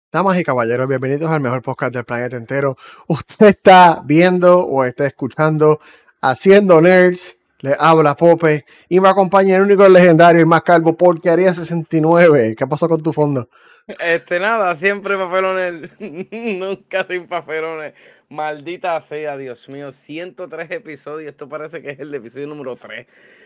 Damas y caballeros, bienvenidos al mejor podcast del planeta entero. Usted está viendo o está escuchando Haciendo Nerds. Le habla Pope y me acompaña el único legendario, el más calvo, Porquería 69. ¿Qué pasó con tu fondo? Nada, siempre papelones, nunca sin papelones. Maldita sea, Dios mío, 103 episodios. Esto parece que es el episodio número 3.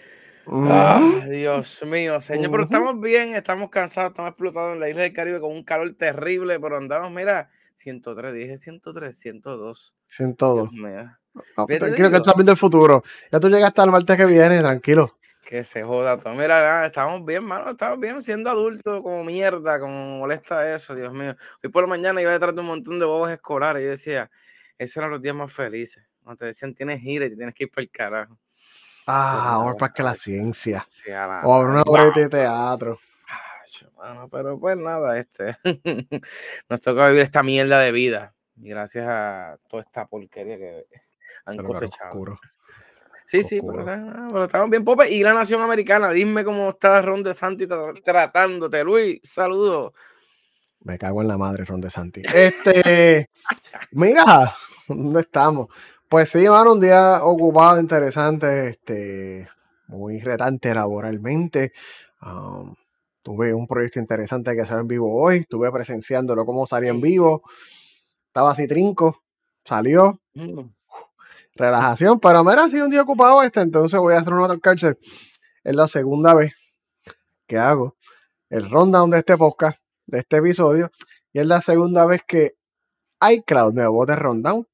Dios mío, señor, pero estamos bien, estamos cansados, estamos explotados en la isla del Caribe con un calor terrible, pero andamos, mira, 103, dije 103, 102. Sin todo. Dios mío. No, ¿Qué te tranquilo que tú digo? estás viendo el futuro. Ya tú llegaste al martes que viene, tranquilo. Que se joda todo. Mira, nada, estamos bien, mano, estamos bien siendo adultos, como mierda, como molesta eso, Dios mío. Hoy por la mañana iba detrás de un montón de bobos escolares y yo decía, esos eran los días más felices. Cuando te decían, tienes gira y te tienes que ir para el carajo. Pues Ahora nada, para que la ciencia. sea la O una madre. obra de teatro. Mano, pero pues nada, nos toca vivir esta mierda de vida. Y gracias a toda esta porquería que han Pero claro, cosechado. oscuro. Sí, sí, Oscuro. pero estamos bien, Pope. Y la nación americana, dime cómo está Ron DeSantis tratándote. Luis, saludos. Me cago en la madre, Ron DeSantis. Mira, ¿dónde estamos? Pues sí, mano, un día ocupado, interesante, muy retante laboralmente. Um, Tuve un proyecto interesante que hacer en vivo hoy, estuve presenciándolo cómo salía en vivo, estaba así trinco, salió, relajación, pero mira, ha sido un día ocupado entonces voy a hacer una cárcel. Es la segunda vez que hago el rundown de este podcast, de este episodio, y es la segunda vez que iCloud me bota el rundown.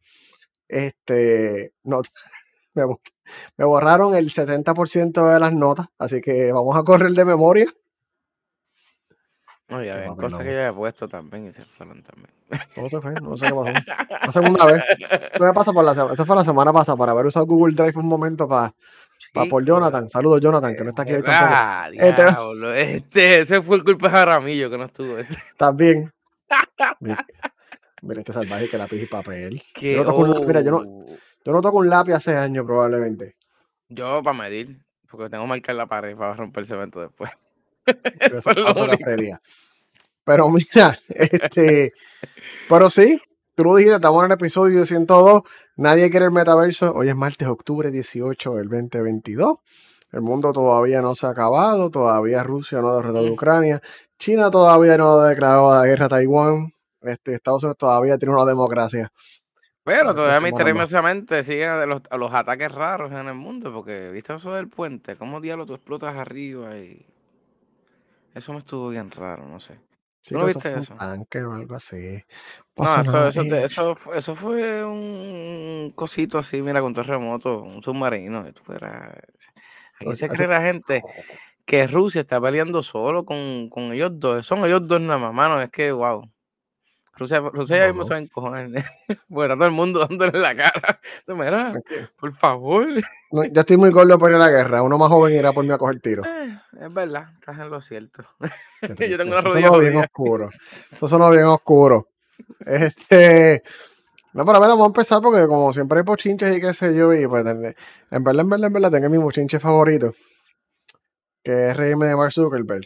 No, me, me borraron el 70% de las notas, así que vamos a correr de memoria. Oye, Qué habían cosas que papelón. yo había puesto también y se fueron también. No se fue, no sé qué pasó. La segunda vez. Eso me pasa eso fue la semana pasada para haber usado Google Drive un momento para por Chico, Jonathan. Saludos, Jonathan, que no está aquí hoy tampoco. Este, diablo, ese fue el culpa de Jaramillo que no estuvo. también. Mira, mira este salvaje que lápiz y papel. Yo Que, no toco un lápiz, mira, yo no toco un lápiz hace años probablemente. yo para medir, porque tengo que marcar la pared para romper el cemento después. Pero eso Eso es es lo otro único. cafetería. Pero mira, pero sí, tú lo dijiste, estamos en el episodio 102. Nadie quiere el metaverso. Hoy es martes, octubre 18 del 2022. El mundo todavía no se ha acabado. Todavía Rusia no ha derrotado a Ucrania. China todavía no ha declarado la guerra a Taiwán. Estados Unidos todavía tiene una democracia. Pero Varias todavía cosas más. misteriosamente siguen a los ataques raros en el mundo, porque viste eso del puente, cómo diablo tú explotas arriba y eso me estuvo bien raro, no sé. ¿Tú no Chicos, eso viste fue un eso? tanque o algo así. No, Pasó nada. eso fue un cosito así, mira, con terremoto, un submarino. Aquí se cree la gente que Rusia está peleando solo con ellos dos. Son ellos dos nada más, mano. Es que, wow. Rusia ya No, mismo se no. va a encojonar. Bueno, todo el mundo dándole en la cara. Mira, Tranquilo. por favor. No, yo estoy muy gordo para ir a la guerra. Uno más joven irá por mí a coger tiro. Es verdad, estás en lo cierto. Qué Yo tengo triste. una Eso rodilla sonó bien jodida. oscuro. Eso sonó bien oscuro. No, pero a ver, vamos a empezar porque como siempre hay pochinches y qué sé yo, y pues en verdad, tengo mi pochinche favorito, que es reírme de Mark Zuckerberg.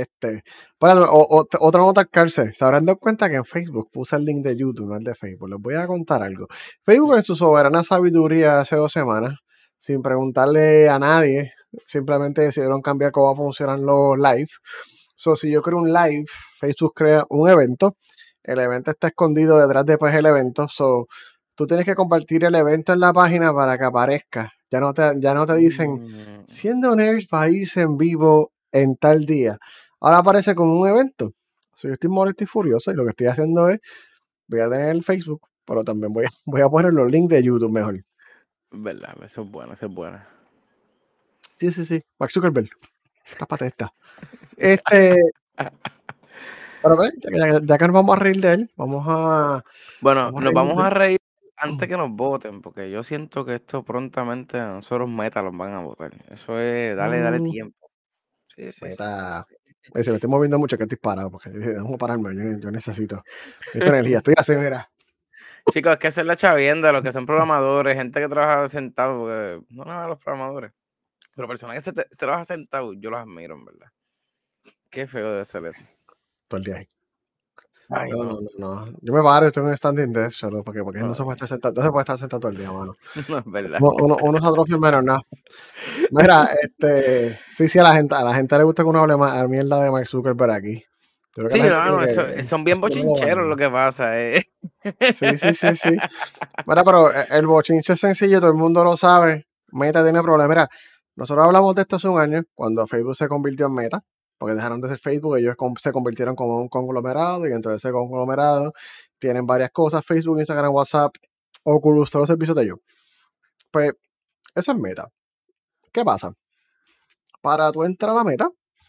Otra nota al cárcel. Se habrán dado cuenta que en Facebook puse el link de YouTube, no el de Facebook. Les voy a contar algo. Facebook en su soberana sabiduría hace 2 semanas, sin preguntarle a nadie, simplemente decidieron cambiar cómo funcionan los live. So, si yo creo un live, Facebook crea un evento. El evento está escondido detrás de pues, el evento. So, tú tienes que compartir el evento en la página para que aparezca. Ya no te dicen, Mm. siendo nerds va a irse en vivo en tal día. Ahora aparece como un evento. So, yo estoy molesto y furioso y lo que estoy haciendo es, voy a tener el Facebook, pero también voy a poner los links de YouTube mejor. Verdad, eso es bueno, eso es bueno. Sí, sí, sí. Mark Zuckerberg, rápate esta. Este, pero ve, ya que nos vamos a reír de él, Bueno, vamos a nos reírnos vamos de a él. reír antes que nos voten, porque yo siento que esto prontamente a nosotros Meta los van a votar. Eso es, dale Mm, tiempo. Sí, sí, sí, sí, Meta. sí. Se me estoy moviendo mucho que estoy parado, porque déjame pararme, yo necesito energía. Estoy así, mira. Chicos, es que hacer la chavienda, los que son programadores, gente que trabaja sentado, porque no nada los programadores, pero personas que se trabajan sentado, yo los admiro, en verdad. Qué feo debe ser eso. Todo el día ahí. Ay, No, no, no. no, no. Yo me paro, estoy en un standing desk, solo porque no se puede Ay, estar sentado, no se puede estar sentado todo el día, mano. no es verdad. Uno se atrofia menos nada. Mira, sí, a la gente le gusta que uno hable más a mierda de Mark Zuckerberg aquí. Yo creo que la Sí, gente no, como no, eso, que son bien no lo bochincheros lo valora. que pasa. Sí, sí, sí, sí. Mira, pero el bochinche es sencillo, todo el mundo lo sabe. Meta tiene problemas. Mira, nosotros hablamos de esto hace un año, cuando Facebook se convirtió en Meta, porque dejaron de ser Facebook, ellos se convirtieron como un conglomerado, y dentro de ese conglomerado tienen varias cosas, Facebook, Instagram, WhatsApp, Oculus, todos los servicios de ellos. Pues eso es Meta. ¿Qué pasa? Para tú entrar a la Meta,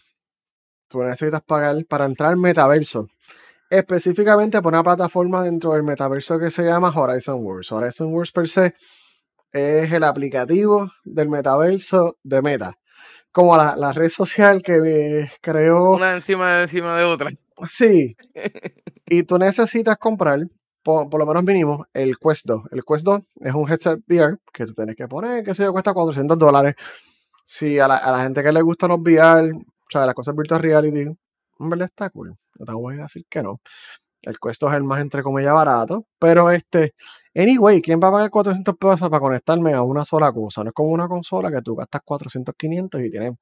tú necesitas pagar para entrar al metaverso. Específicamente por una plataforma dentro del metaverso que se llama Horizon Worlds. Horizon Worlds per se es el aplicativo del metaverso de Meta. Como la red social que creó. Una encima de otra. Sí, y tú necesitas comprar, por lo menos mínimo, el Quest 2. El Quest 2 es un headset VR que tú tienes que poner, que se yo, cuesta $400. Si a la gente que le gustan los VR, o sea, las cosas virtual reality, en verdad está cool. No te voy a decir que no. El Quest es el más, entre comillas, barato. Pero anyway, ¿quién va a pagar 400 pesos para conectarme a una sola cosa? No es como una consola que tú gastas 400, 500 y tienes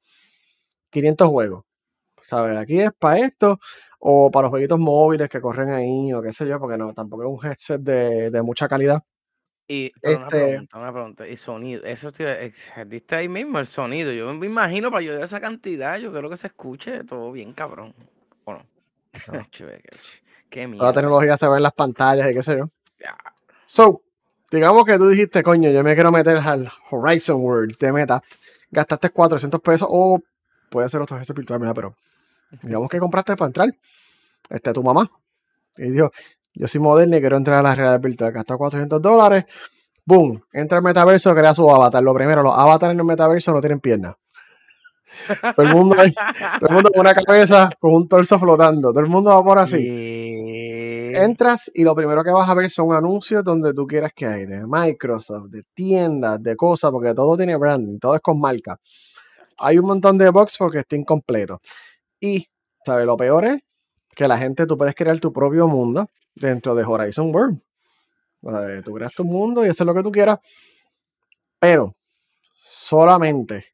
500 juegos. ¿Sabes? Aquí es para esto o para los jueguitos móviles que corren ahí o qué sé yo, porque no, tampoco es un headset de mucha calidad. Pero Este, una pregunta, y sonido, eso diste ahí mismo el sonido. Yo me imagino para yo de esa cantidad, yo creo que se escuche todo bien cabrón. Bueno, no, qué toda la mierda. tecnología se ve en las pantallas y qué sé yo. Ya. So, digamos que tú dijiste, coño, yo me quiero meter al Horizon World de Meta. Gastaste 400 pesos o puede ser otro headset virtual, mira, pero digamos que compraste para entrar. Tu mamá. Y dijo, yo soy moderno y quiero entrar a la realidad virtual. Gastó $400. Boom. Entra al metaverso, crea su avatar. Lo primero, los avatares en el metaverso no tienen piernas. Todo el mundo todo el mundo con una cabeza, con un torso flotando. Todo el mundo va por así. ¿Qué? Entras y lo primero que vas a ver son anuncios donde tú quieras que hay, de Microsoft, de tiendas, de cosas, porque todo tiene branding, todo es con marca. Hay un montón de box porque está incompleto. Y, ¿sabes? Lo peor es que la gente, tú puedes crear tu propio mundo dentro de Horizon World. Tú creas tu mundo y haces lo que tú quieras, pero solamente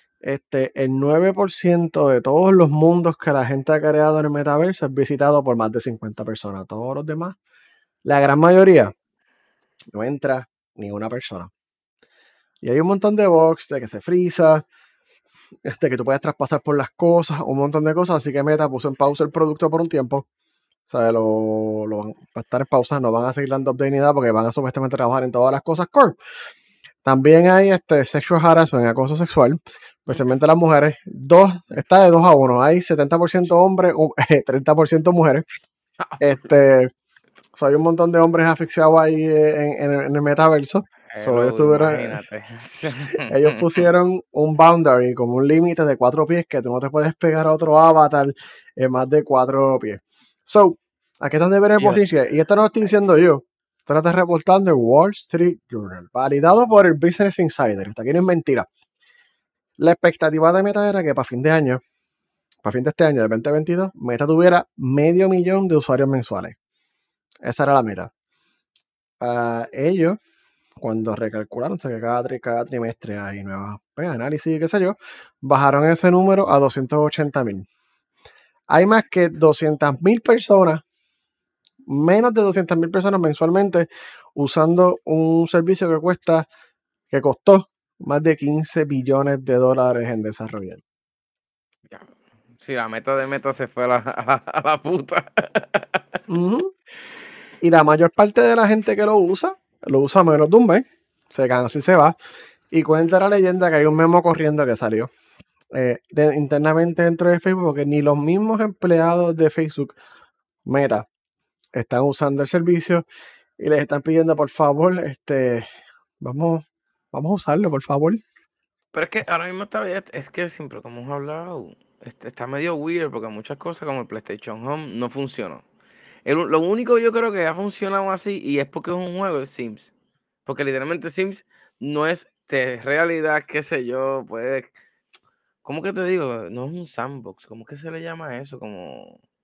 el 9% de todos los mundos que la gente ha creado en el metaverso es visitado por más de 50 personas. Todos los demás, la gran mayoría, no entra ni una persona. Y hay un montón de bugs de que se frisa, que tú puedes traspasar por las cosas, un montón de cosas. Así que Meta puso en pausa el producto por un tiempo. ¿Sabes? Va a estar en pausa, no van a seguir dando update ni nada porque van a supuestamente trabajar en todas las cosas core. También hay sexual harassment, acoso sexual, especialmente las mujeres. Está de 2-1. Hay 70% hombres, 30% mujeres. Hay un montón de hombres asfixiados ahí en el metaverso. Hello, imagínate. Ellos pusieron un boundary, como un límite de 4 pies, que tú no te puedes pegar a otro avatar en más de 4 pies. Aquí están de ver el Yo, posición. Y esto no lo estoy diciendo yo. Esto lo está reportando el Wall Street Journal, validado por el Business Insider. Esto aquí no es mentira. La expectativa de Meta era que para fin de año, para fin de este año, de 2022, Meta tuviera 500,000 de usuarios mensuales. Esa era la meta. Ellos, cuando recalcularon, o sea, que cada trimestre hay nuevas análisis y qué sé yo, bajaron ese número a 280,000. Hay más que 200,000 personas, menos de 200,000 personas mensualmente usando un servicio que costó más de 15 billones de dólares en desarrollar. ya. Sí, la meta de meta se fue a la puta. Ujú. Y la mayor parte de la gente que lo usa menos de un mes, se cansa y se va. Y cuenta la leyenda que hay un memo corriendo que salió internamente dentro de Facebook, porque ni los mismos empleados de Facebook Meta están usando el servicio y les están pidiendo, por favor, vamos, vamos a usarlo, por favor. Pero es que ahora mismo es que siempre como hemos hablado, está medio weird porque muchas cosas como el PlayStation Home no funcionó. Lo único que yo creo que ha funcionado así y es porque es un juego es Sims. Porque literalmente Sims no es de realidad, qué sé yo, ¿cómo que te digo? No es un sandbox, ¿cómo que se le llama eso? Como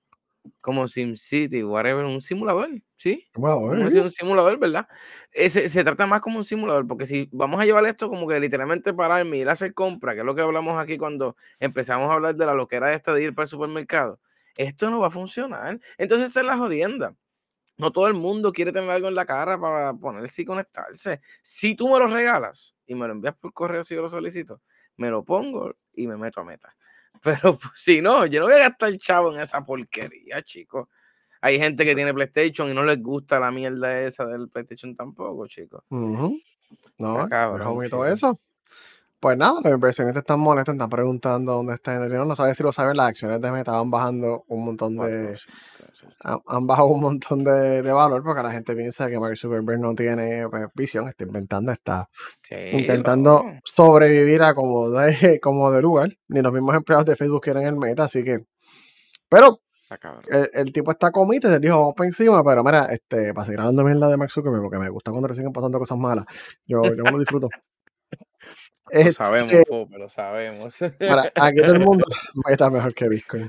como SimCity, whatever, un simulador, ¿sí? Bueno, Vamos a decir un simulador, ¿verdad? Se trata más como un simulador, porque si vamos a llevar esto como que literalmente pararme y ir a hacer compra, que es lo que hablamos aquí cuando empezamos a hablar de la loquera esta de ir para el supermercado, esto no va a funcionar. Entonces esa es la jodienda. No todo el mundo quiere tener algo en la cara para ponerse y conectarse. Si tú me lo regalas y me lo envías por correo si yo lo solicito, me lo pongo y me meto a Meta. Pero pues, si no, yo no voy a gastar chavo en esa porquería, chicos. Hay gente que tiene PlayStation y no les gusta la mierda esa del PlayStation tampoco, chicos. No, Está cabrón, mejor y todo chicos. eso. Pues nada, los inversionistas están molestos, están preguntando dónde está el dinero. No sabes si lo saben, las acciones de Meta van bajando un montón de. 400. Han bajado un montón de valor porque la gente piensa que Mark Zuckerberg no tiene pues, visión, está inventando, está Sí, intentando loco. sobrevivir a como de lugar. Ni los mismos empleados de Facebook quieren el Meta, así que. Pero Está cabrón. el tipo está comité, se dijo, vamos para encima, pero mira, para seguir hablando mierda de Mark Zuckerberg, porque me gusta cuando le siguen pasando cosas malas. Yo me lo disfruto. Lo Este, sabemos, Pope, lo sabemos. Mira, aquí todo el mundo está mejor que Bitcoin.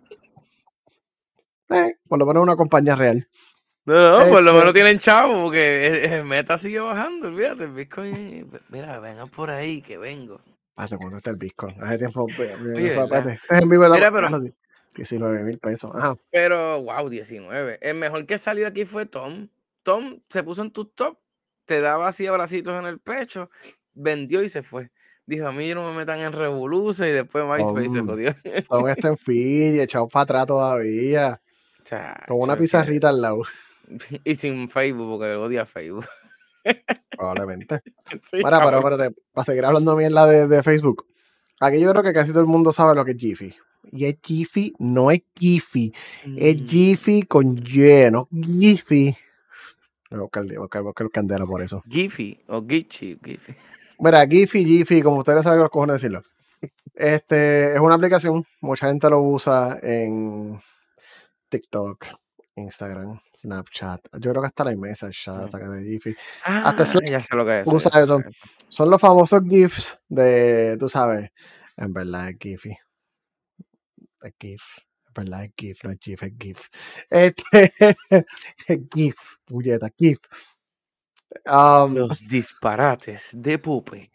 Por lo menos una compañía real. No, por lo menos Este, tienen chavo, porque el Meta sigue bajando, olvídate, el Bitcoin. Mira, vengan por ahí, que vengo. ¿Hace cuánto está el Bitcoin? Hace tiempo, Oye, ¿verdad? espérate, este es en vivo, Mira, pero, 19,000 pesos. Ajá. wow, 19. El mejor que salió aquí fue Tom. Tom se puso en tu top, te daba así abracitos en el pecho, vendió y se fue. Dijo, a mí no me metan en revolución y después MySpace se Tom, jodió. Tom está en feed, echado para atrás todavía, con una Chacho, es que... pizarrita al lado, Y sin Facebook, porque odia Facebook. probablemente. Sí, Para, cabrón. espérate, para seguir hablando mierda de Facebook. Aquí yo creo que casi todo el mundo sabe lo que es Jiffy. Y es Jiffy, no es Giphy. Es Jiffy con Y, no Giphy. Voy a buscar candela por eso. Giphy o Giphy. Mira, Giphy, como ustedes saben los cojones decirlo. Es una aplicación, mucha gente lo usa en TikTok, Instagram, Snapchat. Yo creo que hasta la iMessage ya saca de Giphy. Hasta Ya Slack sé lo que es eso, usa ya sé lo eso. que es eso. Son los famosos GIFs de, tú sabes, en verdad es Giphy. Es GIF. En verdad es GIF, no es GIF, es GIF. Este, es GIF, puñeta, GIF. Los disparates de Pupe.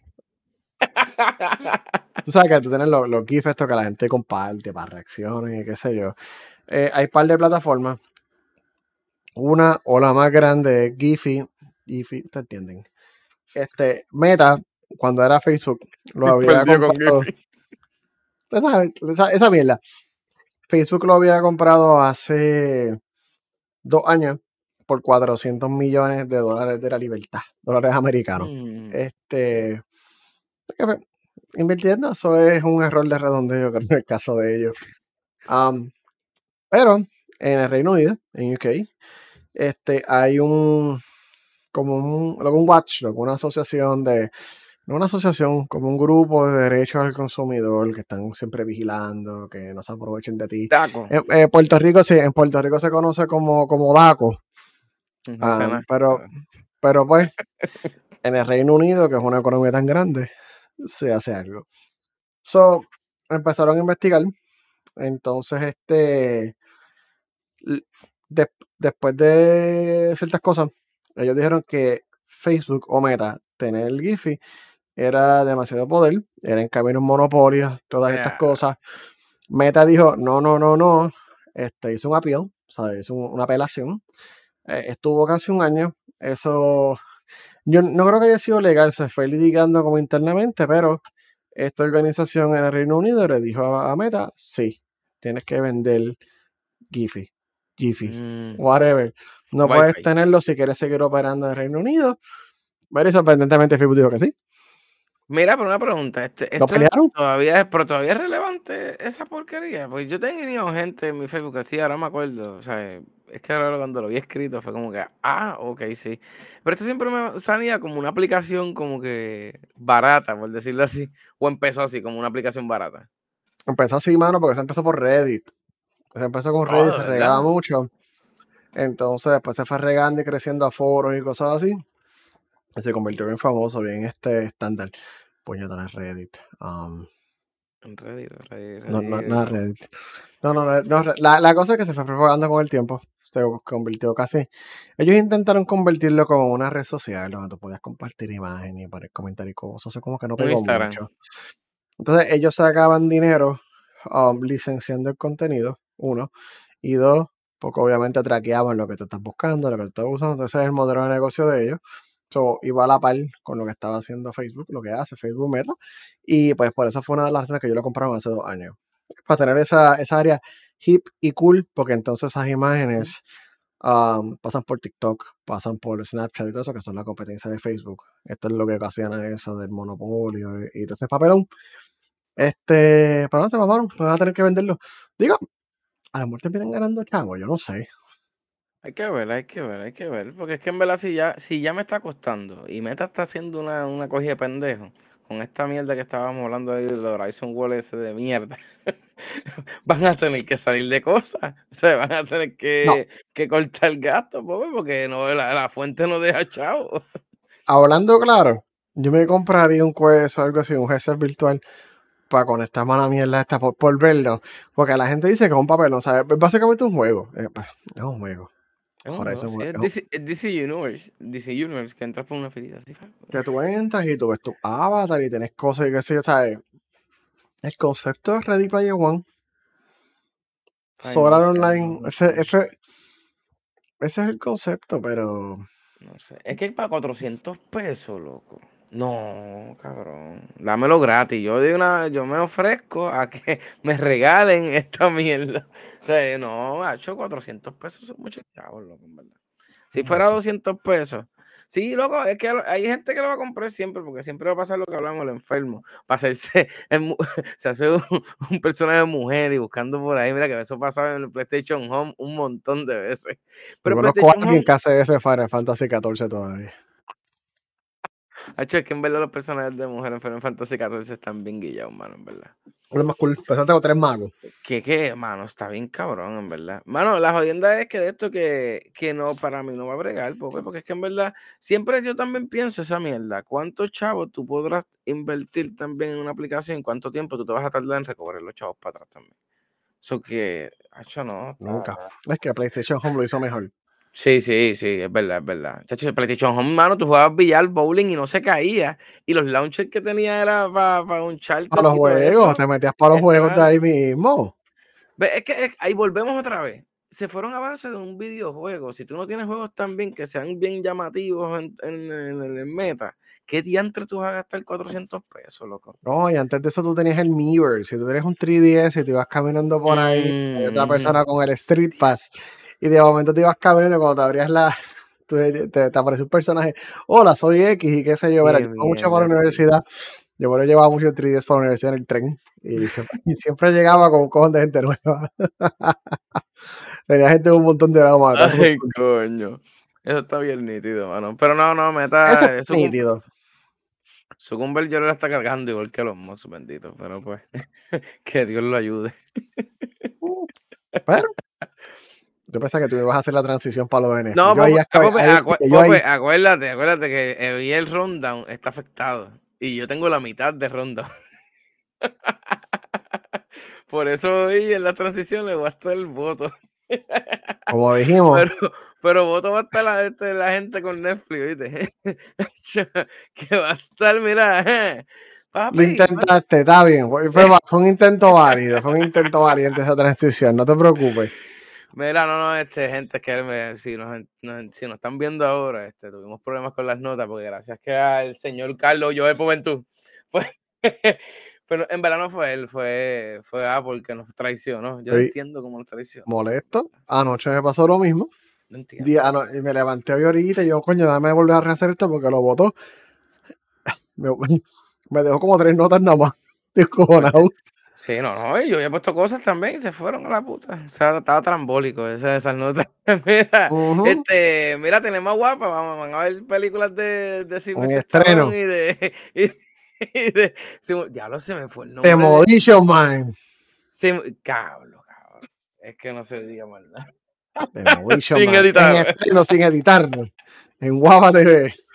Tú sabes que tú tienes los GIFs estos que la gente comparte para reacciones y qué sé yo. Hay un par de plataformas. Una o la más grande es Giphy. Giphy, ¿ustedes entienden? Meta, cuando era Facebook, lo había Perdió con comprado. Giphy. Esa mierda. Facebook lo había comprado hace 2 años por 400 millones de dólares de la libertad, dólares americanos. Que fue, invirtiendo, eso es un error de redondeo, creo, en el caso de ellos. Pero en el Reino Unido, en UK, hay luego un watchdog, una asociación no una asociación, como un grupo de derechos al consumidor que están siempre vigilando, que no se aprovechen de ti. Taco. Puerto Rico, sí, en Puerto Rico se conoce como DACO, No sé nada. pero pues en el Reino Unido, que es una economía tan grande, se hace algo. So, empezaron a investigar, entonces después de ciertas cosas, ellos dijeron que Facebook o Meta, tener el Giphy, era demasiado poder, era en camino un monopolio, todas estas cosas. Meta dijo, no, no, no, no, hizo un appeal, ¿sabes? Hizo una apelación. Estuvo casi un año, eso, yo no creo que haya sido legal, se fue litigando como internamente, pero esta organización en el Reino Unido le dijo a Meta, sí, tienes que vender Giphy, Giphy, whatever. No puedes Wi-Fi. tenerlo si quieres seguir operando en el Reino Unido. Pero sorprendentemente Facebook dijo que sí. Mira, pero una pregunta, ¿Lo esto pelearon? pero todavía es relevante esa porquería, pues yo tenía gente en mi Facebook así, ahora me acuerdo, o sea, es que ahora cuando lo vi escrito fue como que, ok, sí, pero esto siempre me salía como una aplicación como que barata, por decirlo así, o empezó así, como una aplicación barata. Empezó así, mano, porque se empezó por Reddit. Se empezó con Oh, Reddit, de se regaba verdad. mucho. Entonces después se fue regando y creciendo a foros y cosas así. Y se convirtió bien famoso, bien estándar. Puñetón en Reddit. En Reddit, No, no, Reddit, no es Reddit. La cosa es que se fue propagando con el tiempo. Se convirtió casi. Ellos intentaron convertirlo como una red social donde tú podías compartir imágenes y poner comentarios y cosas. Eso como que no un pegó Instagram. mucho. Entonces ellos sacaban dinero licenciando el contenido, uno. Y dos, porque obviamente traqueaban lo que tú estás buscando, lo que tú estás usando. Entonces es el modelo de negocio de ellos. So, iba a la par con lo que estaba haciendo Facebook, lo que hace Facebook Meta. Y pues por eso fue una de las razones que yo lo compraron hace 2 años. Para tener esa área hip y cool, porque entonces esas imágenes pasan por TikTok, pasan por Snapchat y todo eso, que son la competencia de Facebook. Esto es lo que ocasiona eso del monopolio y entonces papelón. Pero no se mamaron, van a tener que venderlo. Digo, a la muerte vienen ganando chavo, yo no sé. Hay que ver, hay que ver, hay que ver. Porque es que en verdad si ya me está costando y Meta está haciendo una cogida de pendejo con esta mierda que estábamos hablando ahí, el Horizon World ese de mierda, van a tener que salir de cosas. O sea, van a tener No, que cortar gastos, porque no, la fuente no deja chavo. hablando claro, yo me compraría un Quest o algo así, un headset virtual para conectarme a la mierda esta por verlo. Porque la gente dice que es un papel, ¿no? ¿Sabes? Es básicamente un juego. Pues, es un juego. Es un juego, Horizon sí, World, es DC Universe, que entras por una filita así. que tú entras y tú ves tu avatar y tienes cosas y qué sé yo, ¿sabes? El concepto de Ready Player One, Ay, no Solar sé, Online, ese es el concepto, pero no sé. Es que para 400 pesos, loco. No, cabrón. Dámelo gratis. Yo me ofrezco a que me regalen esta mierda. O sea, no, macho, 400 pesos son muchos chavos, loco, en verdad. Si es fuera eso. 200 pesos. Sí, loco, es que hay gente que lo va a comprar siempre, porque siempre va a pasar lo que hablamos, el enfermo. Para hacerse, se hace un personaje de mujer y buscando por ahí. Mira que eso pasaba en el PlayStation Home un montón de veces. Yo Pero conozco a PlayStation alguien Home, que hace ese Final Fantasy XIV todavía. hecho, es que en verdad los personajes de mujer en Final Fantasy XIV están bien guillados, mano, en verdad. Lo más cool, pensaste con 3 magos. Mano, está bien cabrón, en verdad. Mano, la jodienda es que de esto que no, para mí no va a bregar, porque es que en verdad, siempre yo también pienso esa mierda. ¿Cuántos chavos tú podrás invertir también en una aplicación? ¿Cuánto tiempo tú te vas a tardar en recobrar los chavos para atrás también? Eso que, hacho, no, Nunca. Es que PlayStation Home lo hizo mejor. Sí, sí, sí, es verdad, es verdad. Chacho, el PlayStation Home, mano, tú jugabas billar, bowling y no se caía. Y los launchers que tenía era para un Para charter los y todo juegos, eso. te metías para los juegos de Estaban, ahí mismo. Es que ahí volvemos otra vez. Se fueron a base de un videojuego. Si tú no tienes juegos también que sean bien llamativos en el meta, ¿qué diantre tú vas a gastar 400 pesos, loco? No, y antes de eso tú tenías el Mirror. Si tú tenías un 3DS y te ibas caminando por ahí, hay otra Ujú. persona con el Street Pass. Y de momento te ibas caminando y cuando te abrías te apareció un personaje. Hola, soy X y qué sé yo. Mira, yo Qué iba mucho para mierda, la sí. universidad. Yo bueno, llevaba mucho el 3DS para la universidad en el tren. Y siempre llegaba con un cojón de gente nueva. Tenía gente de un montón de lados, mano. Estaba súper Ay, cool. coño. Eso está bien nítido, mano. Pero no, no, Ese es meta. nítido. Sucumber yo lo está cargando igual que los Mox, bendito. Pero pues, que Dios lo ayude. Pero yo pensaba que tú ibas a hacer la transición para los NF. No, Yo ahí, yo ahí. acuérdate que el rundown está afectado. Y yo tengo la mitad de rundown. Por eso hoy en la transición le voy a estar el voto. Como dijimos, Pero, pero voto va a estar la gente con Netflix, ¿viste? Que va a estar, mira, lo papi. intentaste, está bien. Fue un intento válido, fue un intento valiente esa transición, no te preocupes. Mira, no, no, gente, es que si nos están viendo ahora, tuvimos problemas con las notas, porque gracias que al señor Carlos Joel Juventud, fue, pero en verdad no fue él, fue Apple que nos traicionó. Yo no Estoy entiendo cómo nos traicionó, molesto. Anoche me pasó lo mismo. no entiendo. Y me levanté hoy ahorita y yo, coño, dame volver a rehacer esto porque lo votó. Me, me dejó como 3 notas nada más. Pues, Descojonado. sí, no, no, y yo había puesto cosas también y se fueron a la puta. O sea, estaba trambólico esas notas. Mira, Ujú. mira, tenemos guapa, van a ver películas de Un Sylvester estreno. Stallone y de diablo, se me fue el nombre de Demolition Man. cabrón, cabrón. Es que no se diga mal nada. Demolition Sin Man. En editar. estreno sin editar. En Guapa TV.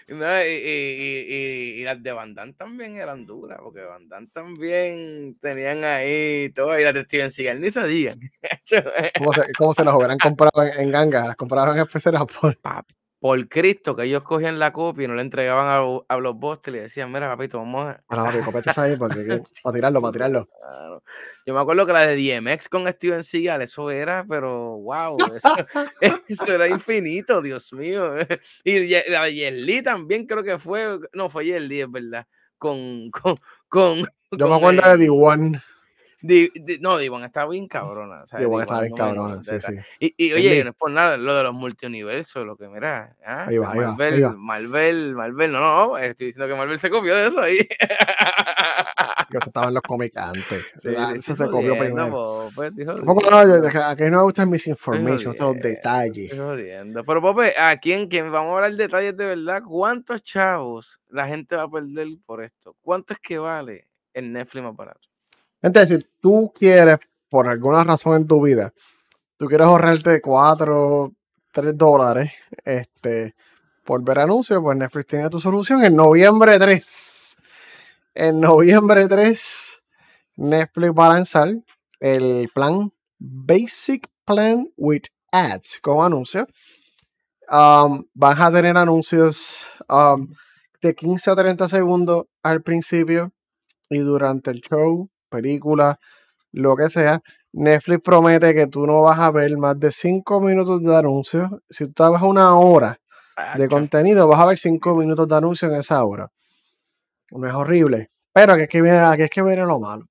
No, y las de Van Damme también eran duras, porque Van Damme también tenían ahí todo, y las de Steven Seagal ni se digan. Como se las hubieran comprado en ganga, las compraban en FCA por... Pa- por Cristo, que ellos cogían la copia y no le entregaban a Blockbuster y le decían, mira, papito, vamos a... Bueno, papi, cómprate esa ahí porque Sí, para tirarlo, para tirarlo. claro. Yo me acuerdo que la de DMX con Steven Seagal, eso era, pero wow, eso, eso era infinito, Dios mío. Y la de Jet Li también creo que fue, no, fue Jet Li, es verdad, con, Yo me con acuerdo de D1. no, Divon estaba bien cabrona, o sea, D1 estaba Divon bien no menor cabrona, sí, detalle. sí. Y Es oye, Lee. no es por nada, lo de los multiuniversos, lo que mira, Ahí va, ahí va, ahí va. Marvel, no, estoy diciendo que Marvel se copió de eso ahí. Que eso estaba en los cómics antes. Sí, te Eso estoy se copió jodiendo, primero. pues, estoy Tampoco no, jodiendo, aquí no me gusta el estoy misinformation, me gustan los jodiendo, detalles. estoy jodiendo. Pero, Pope, ¿a quién vamos a hablar detalles de verdad? ¿Cuántos chavos la gente va a perder por esto? ¿Cuánto es que vale el Netflix más barato? Entonces, si tú quieres, por alguna razón en tu vida, tú quieres ahorrarte 4, $3, por ver anuncios, pues Netflix tiene tu solución en noviembre 3. En noviembre 3, Netflix va a lanzar el plan Basic Plan with Ads con anuncios. Vas a tener anuncios de 15 a 30 segundos al principio y durante el show, película, lo que sea. Netflix promete que tú no vas a ver más de 5 minutos de anuncios. Si tú te vas a una hora de Acho. contenido, vas a ver 5 minutos de anuncios en esa hora. No es horrible. Pero aquí es que viene lo malo.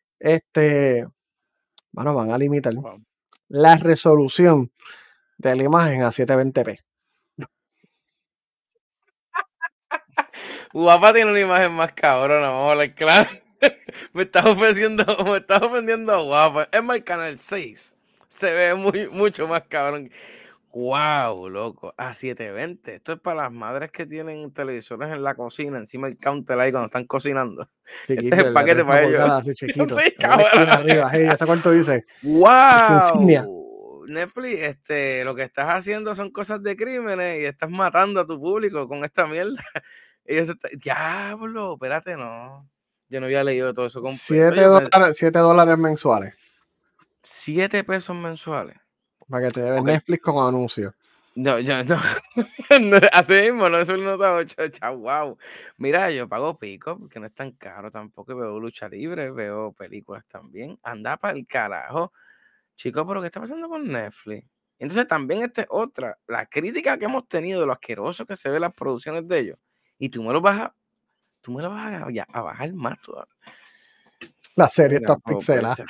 Bueno, van a limitar Wow. la resolución de la imagen a 720p. Guapa tiene una imagen más cabrona, vamos a hablar claro. Me estás ofendiendo a Guapa. Es más, el canal 6 se ve mucho más cabrón. Wow, loco, a 720. Esto es para las madres que tienen televisores en la cocina, encima el counter ahí cuando están cocinando. Este es Chiquitito, el el de paquete 30 para ellos. pulgadas, así chiquito. Sí, En una cabrón. esquina arriba. Hey, ¿hasta cuánto dice? Su insignia. Wow. Netflix, lo que estás haciendo son cosas de crímenes y estás matando a tu público con esta mierda. Diablo, espérate, no. Yo no había leído todo eso completo. 7 dólares, $7 mensuales. 7 pesos mensuales. Para que te dé Ok, Netflix con anuncios. no, yo no. No, así mismo, no es un nota 8, wow. Mira, yo pago pico porque no es tan caro tampoco. Veo lucha libre, veo películas también. Anda para el carajo. Chicos, pero ¿qué está pasando con Netflix? Entonces también esta es otra, la crítica que hemos tenido de lo asqueroso que se ven las producciones de ellos. Y tú me lo vas a bajar más todavía. La serie Mira, está pixelada.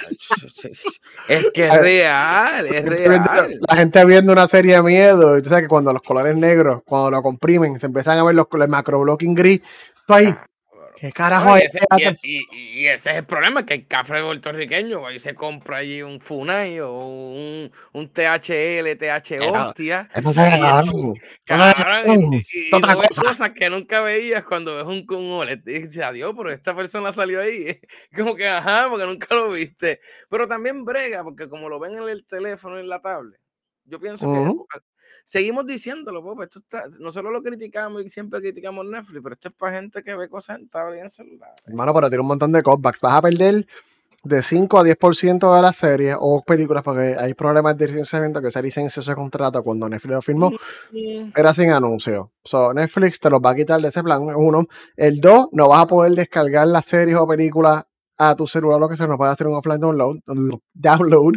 es que es real. La gente viendo una serie de miedo. Y tú sabes que cuando los colores negros, cuando lo comprimen, se empiezan a ver el macroblocking gris. Tú ahí, Cabrón. ¿qué No, carajo hay ahí atrás? y ese es el problema, que el café puertorriqueño ahí se compra allí un Funay o un THL, TH Pero, hostia, esto se ve y es cabrón. Esto se ve cabrón, cabrón. Esto es y otra tú ves cosa. cosas que nunca veías cuando ves un OLED. Y dices, adiós, pero esta persona salió ahí. Como que, ajá, porque nunca lo viste. Pero también brega, porque como lo ven en el teléfono, en la tablet, yo pienso que Ujú. seguimos diciéndolo, Pope, esto está, nosotros lo criticamos y siempre criticamos Netflix, pero esto es para gente que ve cosas en tablet y en celular. Hermano, pero tiene un montón de cutbacks. Vas a perder de 5 a 10% de las series o películas porque hay problemas de licenciamiento que esa licencia se contrata cuando Netflix lo firmó. Mm. Era sin anuncio. So, Netflix te los va a quitar de ese plan. Uno. El dos, no vas a poder descargar las series o películas a tu celular, lo que sea. No puedes hacer un offline download.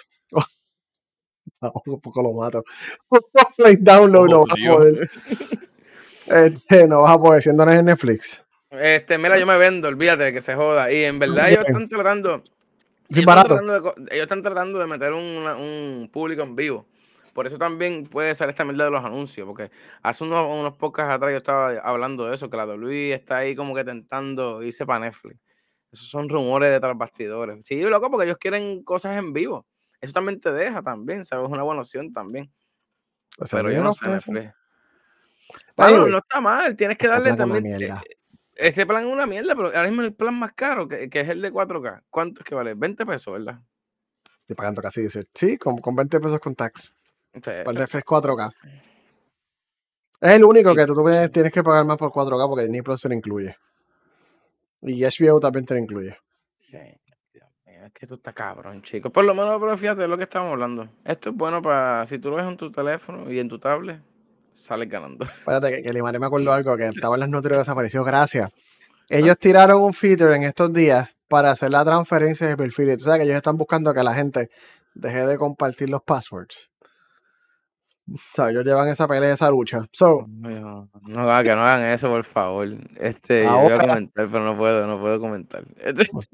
Un poco lo mato. Un offline download no Oh, vas a Dios. poder. No vas a poder, siendo en Netflix. Mira, yo me vendo, olvídate de que se joda. Y en verdad Es barato. ellos están tratando de meter un público en vivo. Por eso también puede ser esta mierda de los anuncios, porque hace unos podcasts atrás yo estaba hablando de eso, que la WWE está ahí como que tentando irse para Netflix. Esos son rumores de tras bastidores. Sí, loco, porque ellos quieren cosas en vivo. Eso también te deja también, ¿sabes? Es una buena opción también. Ese es Pero mi yo no sé, ofrece. Netflix. Mano, Anyway, no está mal, tienes que este darle plan es una también. mierda. Ese plan es una mierda, pero ahora mismo el plan más caro, que es el de 4K, ¿cuánto es que vale? 20 pesos, ¿verdad? Estoy pagando casi 18. Sí, con 20 pesos con tax. O sea, Para el refresh 4K. Es el único Y que tú tienes que pagar más por 4K porque Disney Plus se lo incluye. Y HBO también te lo incluye. sí, Dios mío, es que tú estás cabrón, chico. Por lo menos, pero fíjate de lo que estamos hablando. Esto es bueno para, si tú lo ves en tu teléfono y en tu tablet, sales ganando. Espérate, que Limaré me acuerdo algo que estaba en las noticias, desapareció. Gracias. Ellos tiraron un feature en estos días para hacer la transferencia de perfil. Y tú sabes que ellos están buscando que la gente deje de compartir los passwords. O sea, ellos llevan esa pelea, esa lucha. So, No, que no hagan eso, por favor. Yo iba a ahora, comentar, pero no puedo comentar. pues,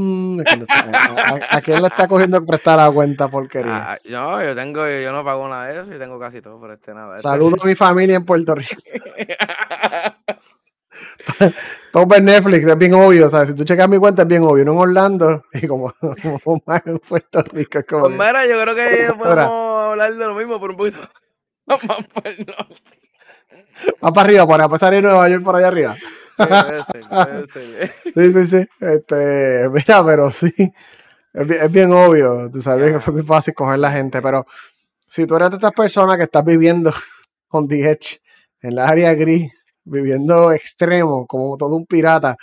¿a quién le está cogiendo prestar la cuenta porquería? No, yo no pago nada de eso y tengo casi todo por nada. Saludo a mi familia en Puerto Rico. Todo por Netflix, es bien obvio. O sea, si tú checas mi cuenta es bien obvio. No en Orlando y como más en Puerto Rico. Es como Pues que. mira, yo creo que podemos Mira, hablar de lo mismo por un poquito más por el norte. más para arriba, para pasar en Nueva York por allá arriba. Puede ser, puede ser. Sí, sí, sí. Mira, pero sí. Es bien obvio. Tú sabes que fue Ya, muy fácil coger la Dios gente. mío. Pero si tú eres de estas personas que estás viviendo on the edge, en la área gris, viviendo extremo, como todo un pirata,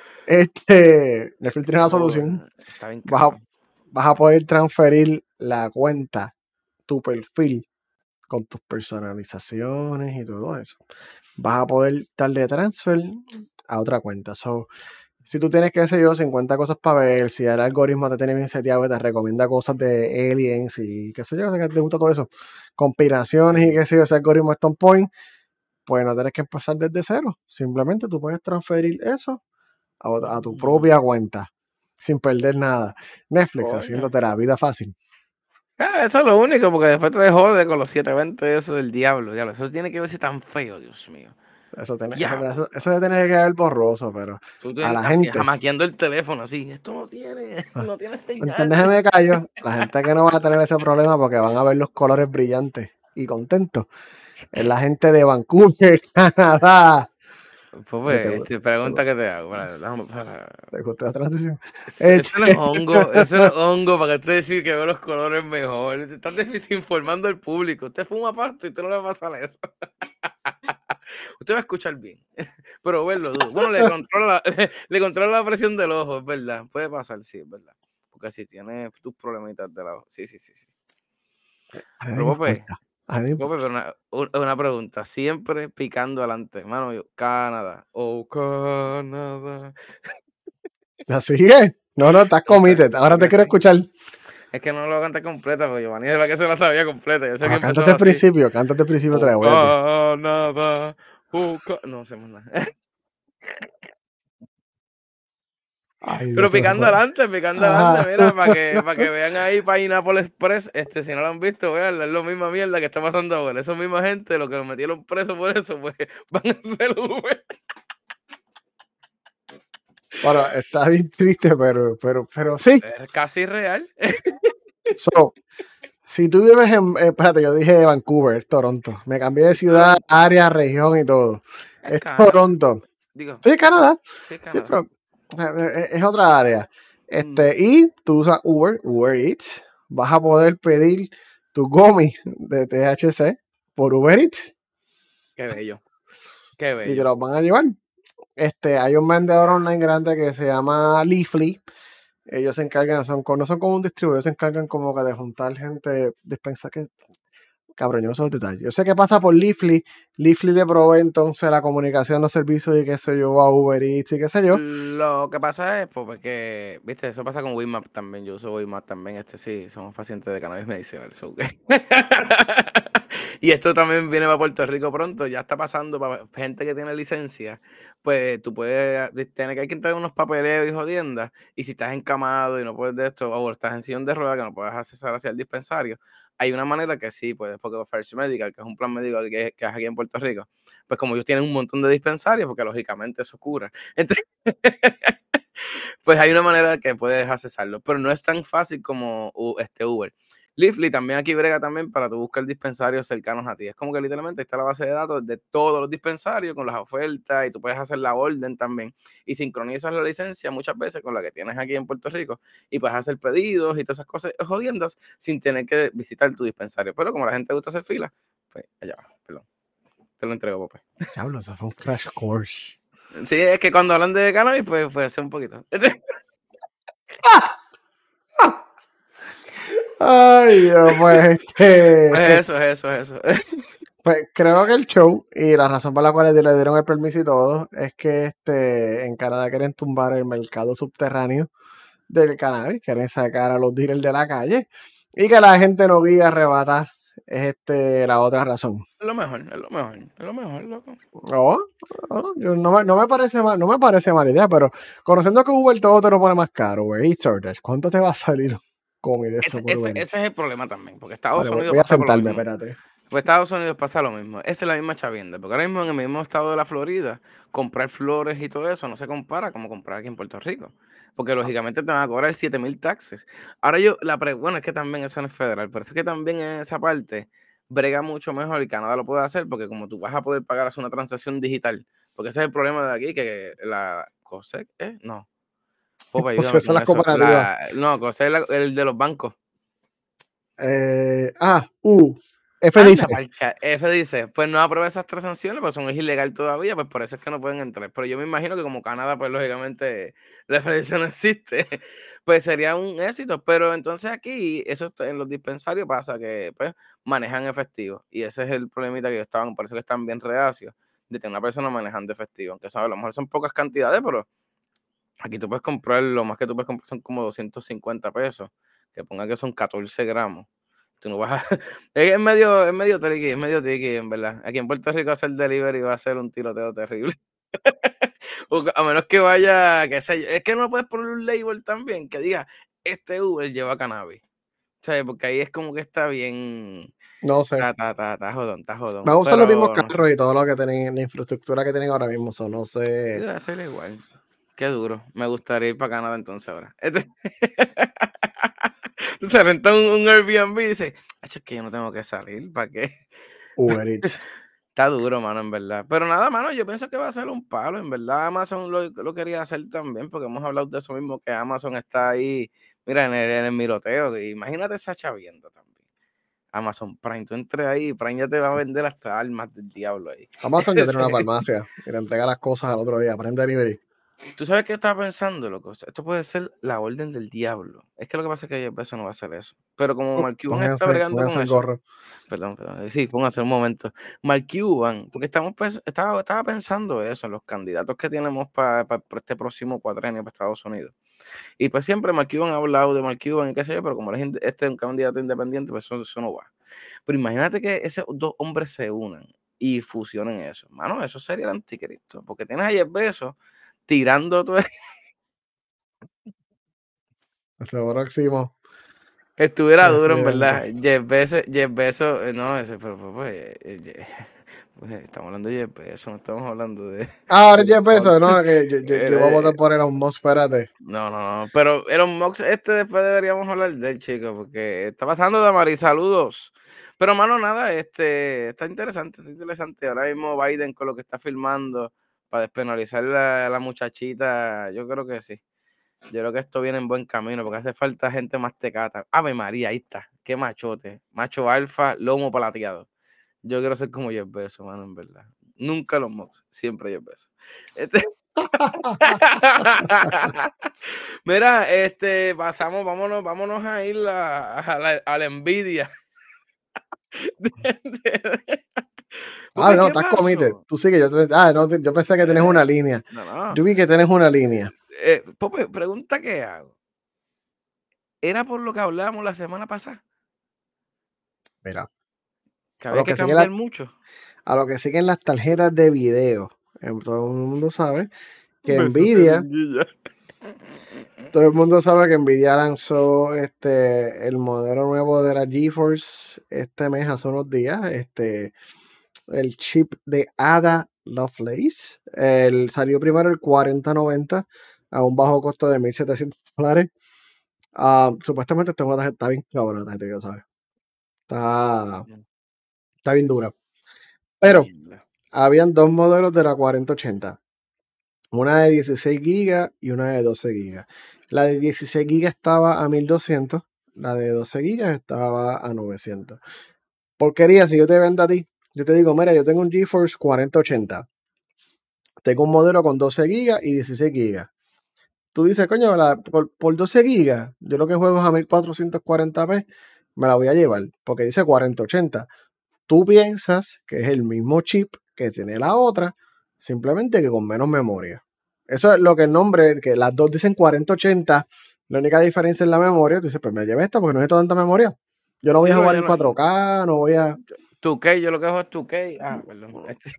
Netflix tiene una solución. Está bien Vas a, caro. vas a poder transferir la cuenta, tu perfil, con tus personalizaciones y todo eso. Vas a poder darle transfer a otra cuenta. So, si tú tienes, qué sé yo, 50 cosas para ver, si el algoritmo te tiene bien seteado y te recomienda cosas de aliens y qué sé yo, que te gusta todo eso, conspiraciones y qué sé yo, ese algoritmo está on point, pues no tienes que empezar desde cero. Simplemente tú puedes transferir eso a tu propia cuenta sin perder nada. Netflix Coño. haciéndote la vida fácil. Eso es lo único, porque después te jode con los 720, eso del diablo. Diablo, eso tiene que verse tan feo, Dios mío. Diablo. Eso ya tiene que quedar borroso, pero Tú a la así, gente, jamaqueando el teléfono, así. Esto no tiene, ah, no tiene señal. ¿entiendes? Me callo. La gente que no va a tener ese problema porque van a ver los colores brillantes y contentos es la gente de Vancouver, Canadá. ¿Te, Pues, te- pregunta que te hago. te gustó la transición? Eso no es Este, hongo, eso no es hongo para que tú decir que veo los colores mejor. Te estás informando al público. Usted fuma pasto y usted no le va a pasar eso. Usted va a escuchar bien, pero verlo dudo. Bueno, le controla la presión del ojo, es verdad. Puede pasar, sí, es verdad. Porque si tiene tus problemitas de la ojo. Sí, sí, sí, sí. a nadie Pero, le Pope, importa. A nadie le importa. Pero una pregunta. Siempre picando adelante. Mano, yo, Canadá. Oh, Canadá. Así que, no, no, estás committed. Ahora ¿Verdad te que quiero sí? escuchar. Es que no lo voy a cantar completa, porque Giovanni es la que se la sabía completa. Yo sé que Pero empezó así. cántate el principio otra Oh, vez, voy a ti. Canadá. No sé más nada. Ay, Pero Dios, se me fue. picando adelante, Ajá. mira, para que vean ahí Pineapple Express, si no lo han visto, vean, es la misma mierda que está pasando ahora. Esa misma gente, lo que lo metieron preso por eso, pues van a ser Uber. Bueno, está bien triste, pero sí. Es casi real. So, si tú vives espérate, yo dije Vancouver, Toronto. Me cambié de Es ciudad, Toronto, área, región y todo. es Es Canadá. Toronto. Digo, Sí, Canadá. sí, es Sí, Canadá. pero es otra área. Mm, Y tú usas Uber Eats. Vas a poder pedir tu gomi de THC por Uber Eats qué bello, qué y te bello. los van a llevar. Hay un vendedor online grande que se llama Leafly. Ellos se encargan, no son como un distribuidor, se encargan como que de juntar gente, dispensa que, cabrón, yo no sé los detalles. Yo sé que pasa por Leafly, Leafly le provee entonces la comunicación, los servicios y qué sé yo, a Uber Eats y qué sé yo. Lo que pasa es, pues, que, viste, eso pasa con Wimap también. Yo uso Wimap también, sí, somos pacientes de cannabis medicinal. So que- Y esto también viene para Puerto Rico pronto, ya está pasando para gente que tiene licencia, pues tú puedes, tener que hay que entrar unos papeleos y jodiendas, y si estás encamado y no puedes de esto, o estás en sillón de ruedas que no puedes accesar hacia el dispensario, hay una manera que sí, pues, porque First Medical, que es un plan médico que es aquí en Puerto Rico, pues como ellos tienen un montón de dispensarios, porque lógicamente eso cura. Entonces, pues hay una manera que puedes accesarlo, pero no es tan fácil como Uber. Leafly también aquí brega también para tú buscar dispensarios cercanos a ti. Es como que literalmente está la base de datos de todos los dispensarios con las ofertas y tú puedes hacer la orden también y sincronizas la licencia muchas veces con la que tienes aquí en Puerto Rico y puedes hacer pedidos y todas esas cosas jodiendas sin tener que visitar tu dispensario. Pero como a la gente le gusta hacer fila, pues allá va, perdón. te lo entrego, papá. Diablo, eso fue un crash course. Sí, es que cuando hablan de cannabis, pues hace un poquito. Ay, Dios, pues Pues eso. pues creo que el show y la razón por la cual le dieron el permiso y todo es que en Canadá quieren tumbar el mercado subterráneo del cannabis, quieren sacar a los dealers de la calle y que la gente no guíe arrebata es la otra razón. Es lo mejor, loco. No me parece mal, no me parece mala idea, pero conociendo que Uber todo te lo pone más caro, Uber Eats, DoorDash, ¿cuánto te va a salir comida eso por Uber Ese Eats? es el problema también, porque Estados Vale, Unidos voy a pasa por lo sentarme, mismo. espérate. Pues Estados Unidos pasa lo mismo. Esa es la misma chavienda. Porque ahora mismo en el mismo estado de la Florida, comprar flores y todo eso no se compara como comprar aquí en Puerto Rico. Porque lógicamente te van a cobrar 7,000 taxes. Ahora bueno, es que también eso no es federal, pero es que también en esa parte brega mucho mejor y Canadá lo puede hacer porque como tú vas a poder pagar hacer una transacción digital. Porque ese es el problema de aquí, que la COSEC, No. Popa, O sea, ayúdame son con las eso. cooperativas. No, COSEC es el de los bancos. FDIC. Anda, marca. F dice, pues no aprueba esas tres sanciones, pues son ilegal todavía, pues por eso es que no pueden entrar. Pero yo me imagino que como Canadá, pues lógicamente la FDIC no existe, pues sería un éxito. Pero entonces aquí, en los dispensarios pasa que pues manejan efectivo. Y ese es el problemita que por eso que están bien reacios de tener una persona manejando efectivo. Aunque a lo mejor son pocas cantidades, pero aquí tú puedes comprar, lo más que tú puedes comprar son como 250 pesos, que ponga que son 14 gramos. Tú no vas a... es medio tricky, en verdad. Aquí en Puerto Rico hacer delivery va a ser un tiroteo terrible. A menos que vaya, qué sé yo. Es que no puedes poner un label también que diga, este Uber lleva cannabis. ¿Sabes? Porque ahí es como que está bien... No sé. Está Van a jodón. usar los mismos Pero no sé. carros y todo lo que tienen, la infraestructura que tienen ahora mismo. No Sí, sé. va a ser igual. Qué duro. Me gustaría ir para Canadá entonces ahora. Se renta un Airbnb y dice, "Acho, es que yo no tengo que salir, ¿para qué?" Uber Eats. Está duro, mano, en verdad. Pero nada, mano, yo pienso que va a ser un palo. En verdad, Amazon lo quería hacer también, porque hemos hablado de eso mismo, que Amazon está ahí, mira, en el miroteo. Imagínate esa chavienda también. Amazon Prime, tú entres ahí, Prime ya te va a vender hasta armas del diablo ahí. Amazon ya tiene una farmacia y te entrega las cosas al otro día. Prime Delivery. ¿Tú sabes qué estaba pensando, loco? O sea, esto puede ser la orden del diablo. Es que lo que pasa es que Jeff Bezos no va a hacer eso. Pero como Mark Cuban está bregando Pónganse con el eso, gorro. perdón, sí, póngase un momento. Mark Cuban, porque estaba pensando eso, en los candidatos que tenemos para este próximo cuatrenio para Estados Unidos. Y pues siempre Mark Cuban ha hablado de Mark Cuban y qué sé yo, pero como este es un candidato independiente, pues eso no va. Pero imagínate que esos dos hombres se unan y fusionen eso. Mano, eso sería el anticristo, porque tienes a Jeff Bezos tirando todo. Hasta el próximo Estuviera duro, en presidente. verdad. Jeff Bezos, no, ese, pero pues, pues, estamos hablando de Jeff Bezos, no estamos hablando de Ahora Elon ya Musk. empezó, ¿no? Que yo voy a votar Eh, por Elon Musk, espérate. no, pero Elon Musk, después deberíamos hablar del chico, porque está pasando, Damari, saludos. Pero, mano, nada, está interesante. Ahora mismo Biden con lo que está filmando para despenalizar la muchachita, yo creo que sí. Yo creo que esto viene en buen camino porque hace falta gente más tecata. Ave María, ahí está. Qué machote. Macho alfa, lomo plateado. Yo quiero ser como Jeff Bezos, mano, en verdad. Nunca los mocos, siempre Jeff Bezos. Este... Mira, vámonos a ir a la envidia. Porque, No, ¿qué estás comite. pasó? Tú sigue. No, yo pensé que tenés una línea. No. Yo vi que tenés una línea. Pope, pregunta que hago. ¿Era por lo que hablábamos la semana pasada? Mira, Que a había lo que que siguen las, cambiar mucho. a lo que siguen las tarjetas de video. Todo el mundo sabe que Besos, Nvidia, jeringuilla. todo el mundo sabe que Nvidia lanzó el modelo nuevo de la GeForce este mes, hace unos días. El chip de Ada Lovelace. Salió primero el 4090 a un bajo costo de $1,700. Supuestamente esta tarjeta está bien cabrona, la gente que lo sabe. Está bien dura. Pero Mierda. habían dos modelos de la 4080. Una de 16 gigas y una de 12 gigas. La de 16 gigas estaba a 1,200. La de 12 gigas estaba a 900. Porquería, si yo te vendo a ti Yo te digo, mira, yo tengo un GeForce 4080. Tengo un modelo con 12 GB y 16 GB. Tú dices, coño, por 12 GB, yo lo que juego es a 1440p, me la voy a llevar, porque dice 4080. Tú piensas que es el mismo chip que tiene la otra, simplemente que con menos memoria. Eso es lo que el nombre, que las dos dicen 4080, la única diferencia es la memoria. Tú dices, pues me llevé esta porque no necesito tanta memoria. Yo no voy Sí, a pero jugar yo en no. 4K, no voy a... 2K, yo lo que hago es 2K. Ah, perdón.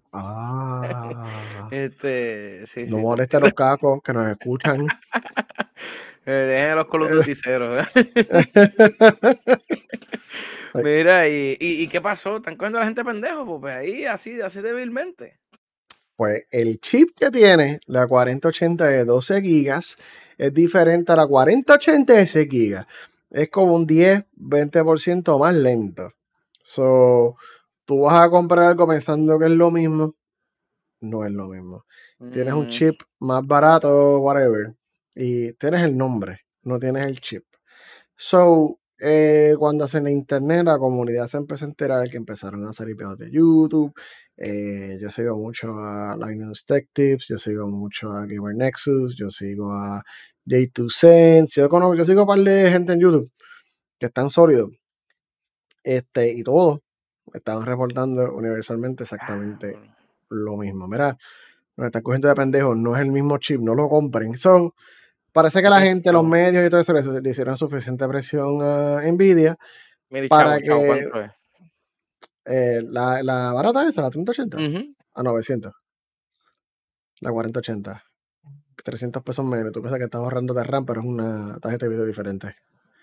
Ah, Sí, no sí, te moleste a entiendo. los cacos que nos escuchan. Dejen los Call of Duty cero. Mira, ¿y qué pasó? ¿Están cogiendo a la gente pendejo? Pues ahí, así débilmente. Pues el chip que tiene la 4080 de 12 gigas es diferente a la 4080 de 6 gigas. Es como un 10-20% más lento. So, tú vas a comprar algo pensando que es lo mismo. No es lo mismo. Tienes un Mm, chip más barato, whatever. Y tienes el nombre, no tienes el chip. So, cuando hacen la internet, la comunidad se empezó a enterar que empezaron a salir videos de YouTube. Yo sigo mucho a Linus Tech Tips, yo sigo mucho a Gamer Nexus, yo sigo a J2Sense, yo sigo a un par de gente en YouTube que están sólidos. Y todos estaban reportando universalmente exactamente cabrón. lo mismo. Mira, nos están cogiendo de pendejos, no es el mismo chip, no lo compren. So, parece que la Mire, gente, los chavo, medios y todo eso le hicieron suficiente presión a Nvidia mire, para chavo, que ¿cuánto es? la barata esa, la 3080, Ujú. a 900, la 4080, 300 pesos menos. Tú piensas que estás ahorrando de RAM, pero es una tarjeta de video diferente.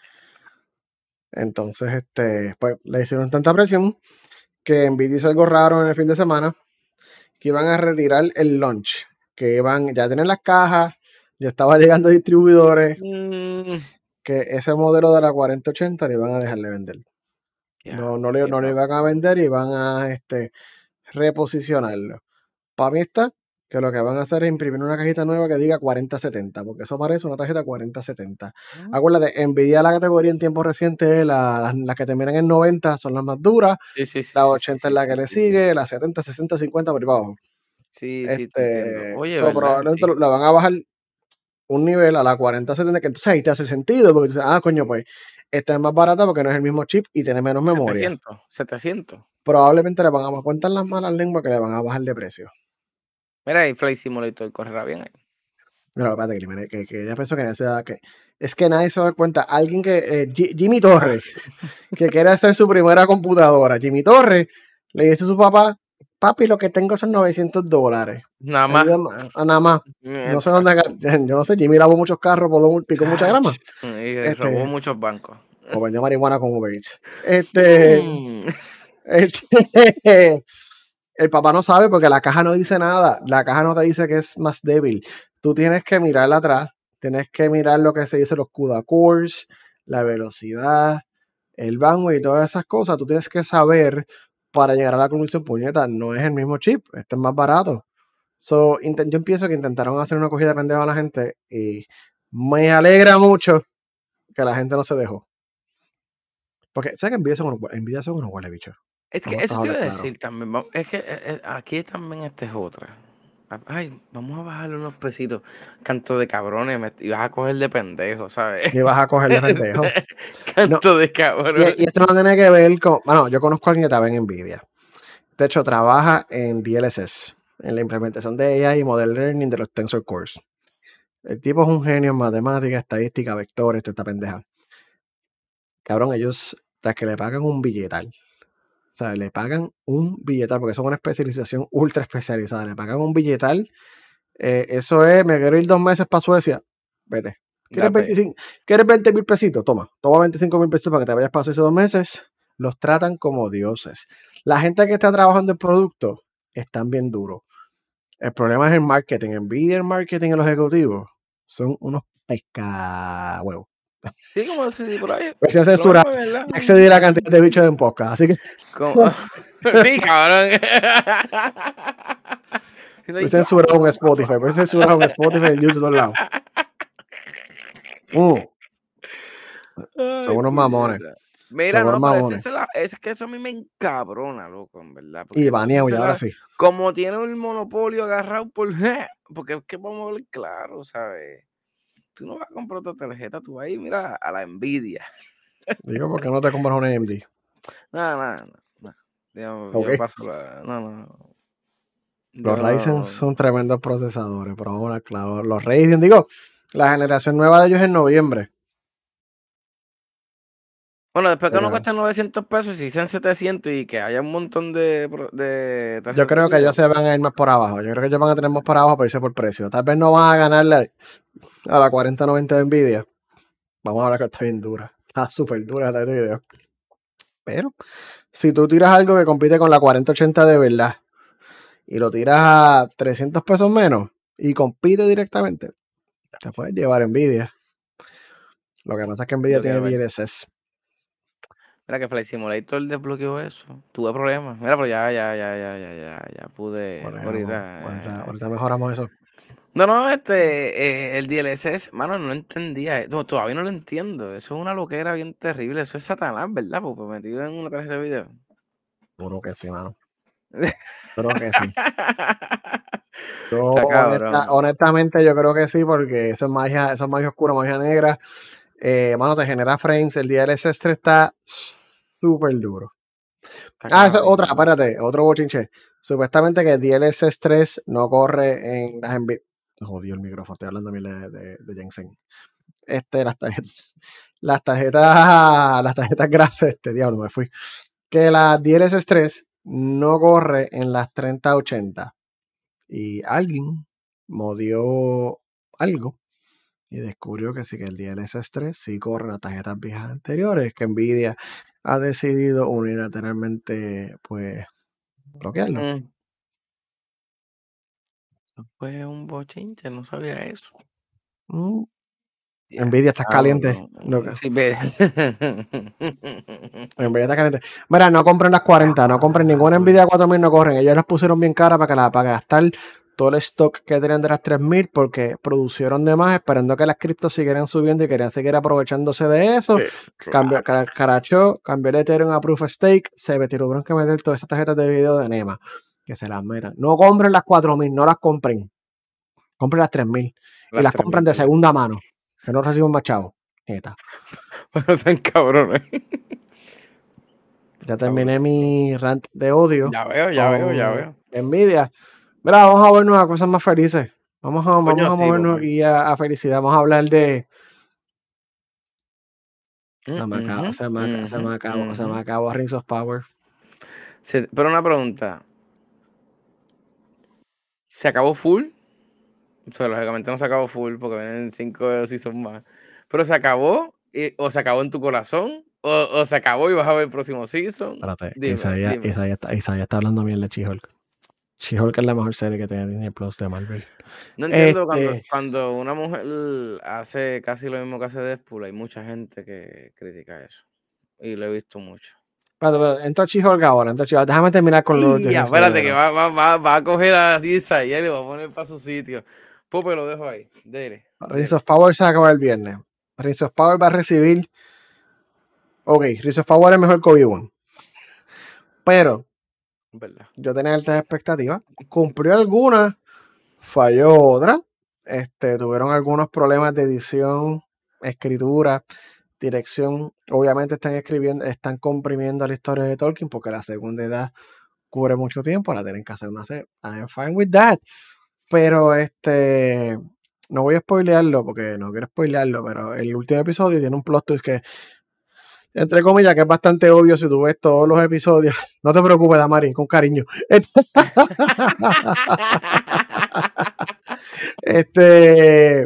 Entonces, pues le hicieron tanta presión que Nvidia hizo algo raro en el fin de semana, que iban a retirar el launch, que ya tienen las cajas, ya estaba llegando distribuidores, Mm, que ese modelo de la 4080 le iban a dejar de vender. diablo, No le diablo. iban a vender y van a reposicionarlo. Para mí está que lo que van a hacer es imprimir una cajita nueva que diga 4070, porque eso parece una tarjeta 4070. Mm. Acuérdate, Nvidia la categoría en tiempo reciente, las que terminan en 90 son las más duras, Sí, sí, sí, la sí, sí, 80 es sí, la sí, que le sí, sí. sigue, la 70, 60, 50 por ahí para abajo. Sí, sí, te entiendo. Oye, ¿verdad? Probablemente Sí. la van a bajar un nivel a la 4070, que entonces ahí te hace sentido, porque tú dices, coño, pues esta es más barata porque no es el mismo chip y tiene menos memoria. 700. Probablemente le van a cuentan las malas lenguas que le van a bajar de precio. Mira, y Flight Simulator correrá bien ahí. Mira, espérate, que ya pensó que nadie se da, que es que nadie se da cuenta. Alguien que, Jimmy Torres, que quiere hacer su primera computadora. Jimmy Torres le dice a su papá, papi, lo que tengo son $900. Nada más. Ayúdame nada más. No sé Mierda, dónde, yo no sé, Jimmy lavó muchos carros, picó mucha chach, grama. y robó Este, muchos bancos. o vendió marihuana con Uber Eats. Mm, Este, el papá no sabe porque la caja no dice nada. La caja no te dice que es más débil. Tú tienes que mirarla atrás. Tienes que mirar lo que se dice los CUDA cores, la velocidad, el bandwidth y todas esas cosas. Tú tienes que saber para llegar a la conclusión, puñeta, no es el mismo chip. Este es más barato. Yo empiezo que intentaron hacer una cogida de pendejo a la gente y me alegra mucho que la gente no se dejó. Porque, ¿sabes que Nvidia son unos huele bichos? es que Vamos a eso te hablar iba a claro. decir también. Es que aquí también esta es otra. Ay, vamos a bajarle unos pesitos. Canto de cabrones, y vas a coger de pendejo, ¿sabes? Y vas a coger de pendejo. No, Canto de cabrón. y esto no tiene que ver con. Bueno, yo conozco a alguien que estaba en Nvidia. De hecho, trabaja en DLSS, en la implementación de AI y Model Learning de los Tensor Cores. El tipo es un genio en matemáticas, estadística, vectores, toda esta pendeja. Cabrón, ellos, tras que le pagan un billetal, o sea, le pagan un billetal, porque son una especialización ultra especializada, le pagan un billetal. Eso es, me quiero ir 2 meses para Suecia. Vete. ¿Quieres Date. 25, ¿quieres 20,000 pesitos? Toma 25,000 pesitos para que te vayas para Suecia 2 meses. Los tratan como dioses. La gente que está trabajando en producto están bien duros. El problema es el marketing. Nvidia, el marketing y los ejecutivos son unos pescahuevos. Sí, como si por ahí. Versión Lo mejor censurada. es verdad. Ya excedí la cantidad de bichos en podcast. Así que. Sí, cabrón. Si no hay Voy censurado en diablo. Spotify. Voy censurado en Spotify, en YouTube, todos lados. Mm, Son Ay, unos mamones. puñeta. Mira, Son no, pero mamones. es que eso a mí me encabrona, loco, en verdad. Y Porque baneado, y ahora sí. como tiene un monopolio agarrado por. Porque es que vamos a hablar claro, ¿sabes? Tú no vas a comprar otra tarjeta, tú vas a ir, mira, a la Nvidia. Digo, ¿por qué no te compras un AMD? Nada, nada, nada. Yo Ok. paso la. No, no. Los Yo Ryzen no. son tremendos procesadores, pero vamos a hablar claro. Los Radeon, digo, la generación nueva de ellos es en noviembre. Bueno, después que no Pero cuesten 900 pesos, si sean 700 y que haya un montón de yo tarjetas de creo que ellos video. se van a ir más por abajo. Yo creo que ellos van a tener más por abajo por irse por precio. Tal vez no van a ganarle a la 4090 de Nvidia. Vamos a hablar que está bien dura. Está súper dura esta de video. Pero si tú tiras algo que compite con la 4080 de verdad y lo tiras a 300 pesos menos y compite directamente, te puedes llevar Nvidia. Lo que pasa es que Nvidia Yo tiene quiero ver. DLSS. Mira que Flight Simulator desbloqueó eso. Tuve problemas. Mira, pero ya pude Bueno, ahorita. ahorita mejoramos eso. No, no, el DLSS, mano, no entendía. No, todavía no lo entiendo. Eso es una loquera bien terrible. Eso es Satanás, ¿verdad? Porque metido en una tarjeta de video. Juro que sí, mano. Creo que sí. Yo Está cabrón. honestamente yo creo que sí, porque eso es magia oscura, magia negra. Mano, te genera frames. El DLSS 3 está súper duro. Está Ah, eso es otra, cabrón. espérate, otro bochinche. Supuestamente que DLSS 3 no corre en las Nvidia. Jodió el micrófono, estoy hablando a mí de Jensen. Las tarjetas gráficas, diablo, me fui. Que la DLSS 3 no corre en las 3080. Y alguien modió algo y descubrió que sí, que el DLSS 3 sí corre en las tarjetas viejas anteriores, que Nvidia ha decidido unilateralmente, pues, bloquearlo. Eso fue un bochinche, no sabía eso. Mm, Ya, Nvidia está caliente. cabrón. No, Sí, ve. Nvidia está caliente. Mira, no compren las 40, no compren ninguna Nvidia 4000, no corren. Ellos las pusieron bien cara para gastar todo el stock que tenían de las 3000 porque producieron de más esperando que las criptos siguieran subiendo y querían seguir aprovechándose de eso. Qué Cambió, clase. cambió el Ethereum a Proof of Stake, se tuvieron que meter todas esas tarjetas de video de NEMA, que se las metan. No compren las 4000, no las compren. Compren las 3000 y Las las 3000, compran de ¿verdad? segunda mano, que no reciben más chavos. Neta. No sean cabrones. Ya terminé Cabrón. mi rant de odio Ya con veo. Nvidia. Mira, vamos a vernos a cosas más felices. Coño, Vamos a sí, movernos papi. aquí a felicidad. Vamos a hablar de. Ujú, ujú, Se me ujú. acabó Rings of Power. Pero una pregunta, ¿se acabó full? O sea, lógicamente no se acabó full porque vienen 5 seasons más. Pero se acabó, o se acabó en tu corazón, o se acabó y vas a ver el próximo season. Espérate, que Dime, dime. Isaías está hablando bien de She-Hulk. She-Hulk es la mejor serie que tiene Disney Plus de Marvel. No entiendo Este. cuando una mujer hace casi lo mismo que hace Deadpool, hay mucha gente que critica eso. Y lo he visto mucho. Entra She-Hulk ahora. Déjame terminar con los Y de ya, Rings espérate, que primero. va a coger a Isaías y le va a poner para su sitio. Pope, lo dejo ahí. Dele, Rings dele. of Power se acaba el viernes. Rings of Power va a recibir. Ok, Rings of Power es mejor que Obi-Wan. Pero ¿Verdad? yo tenía altas expectativas. Cumplió algunas, falló otras. Tuvieron algunos problemas de edición, escritura, dirección. Obviamente están comprimiendo la historia de Tolkien porque la segunda edad cubre mucho tiempo. La tienen que hacer una serie. I'm fine with that. Pero no voy a spoilearlo porque no quiero spoilearlo, pero el último episodio tiene un plot twist que, entre comillas, que es bastante obvio si tú ves todos los episodios. No te preocupes, Damari, con cariño. Este,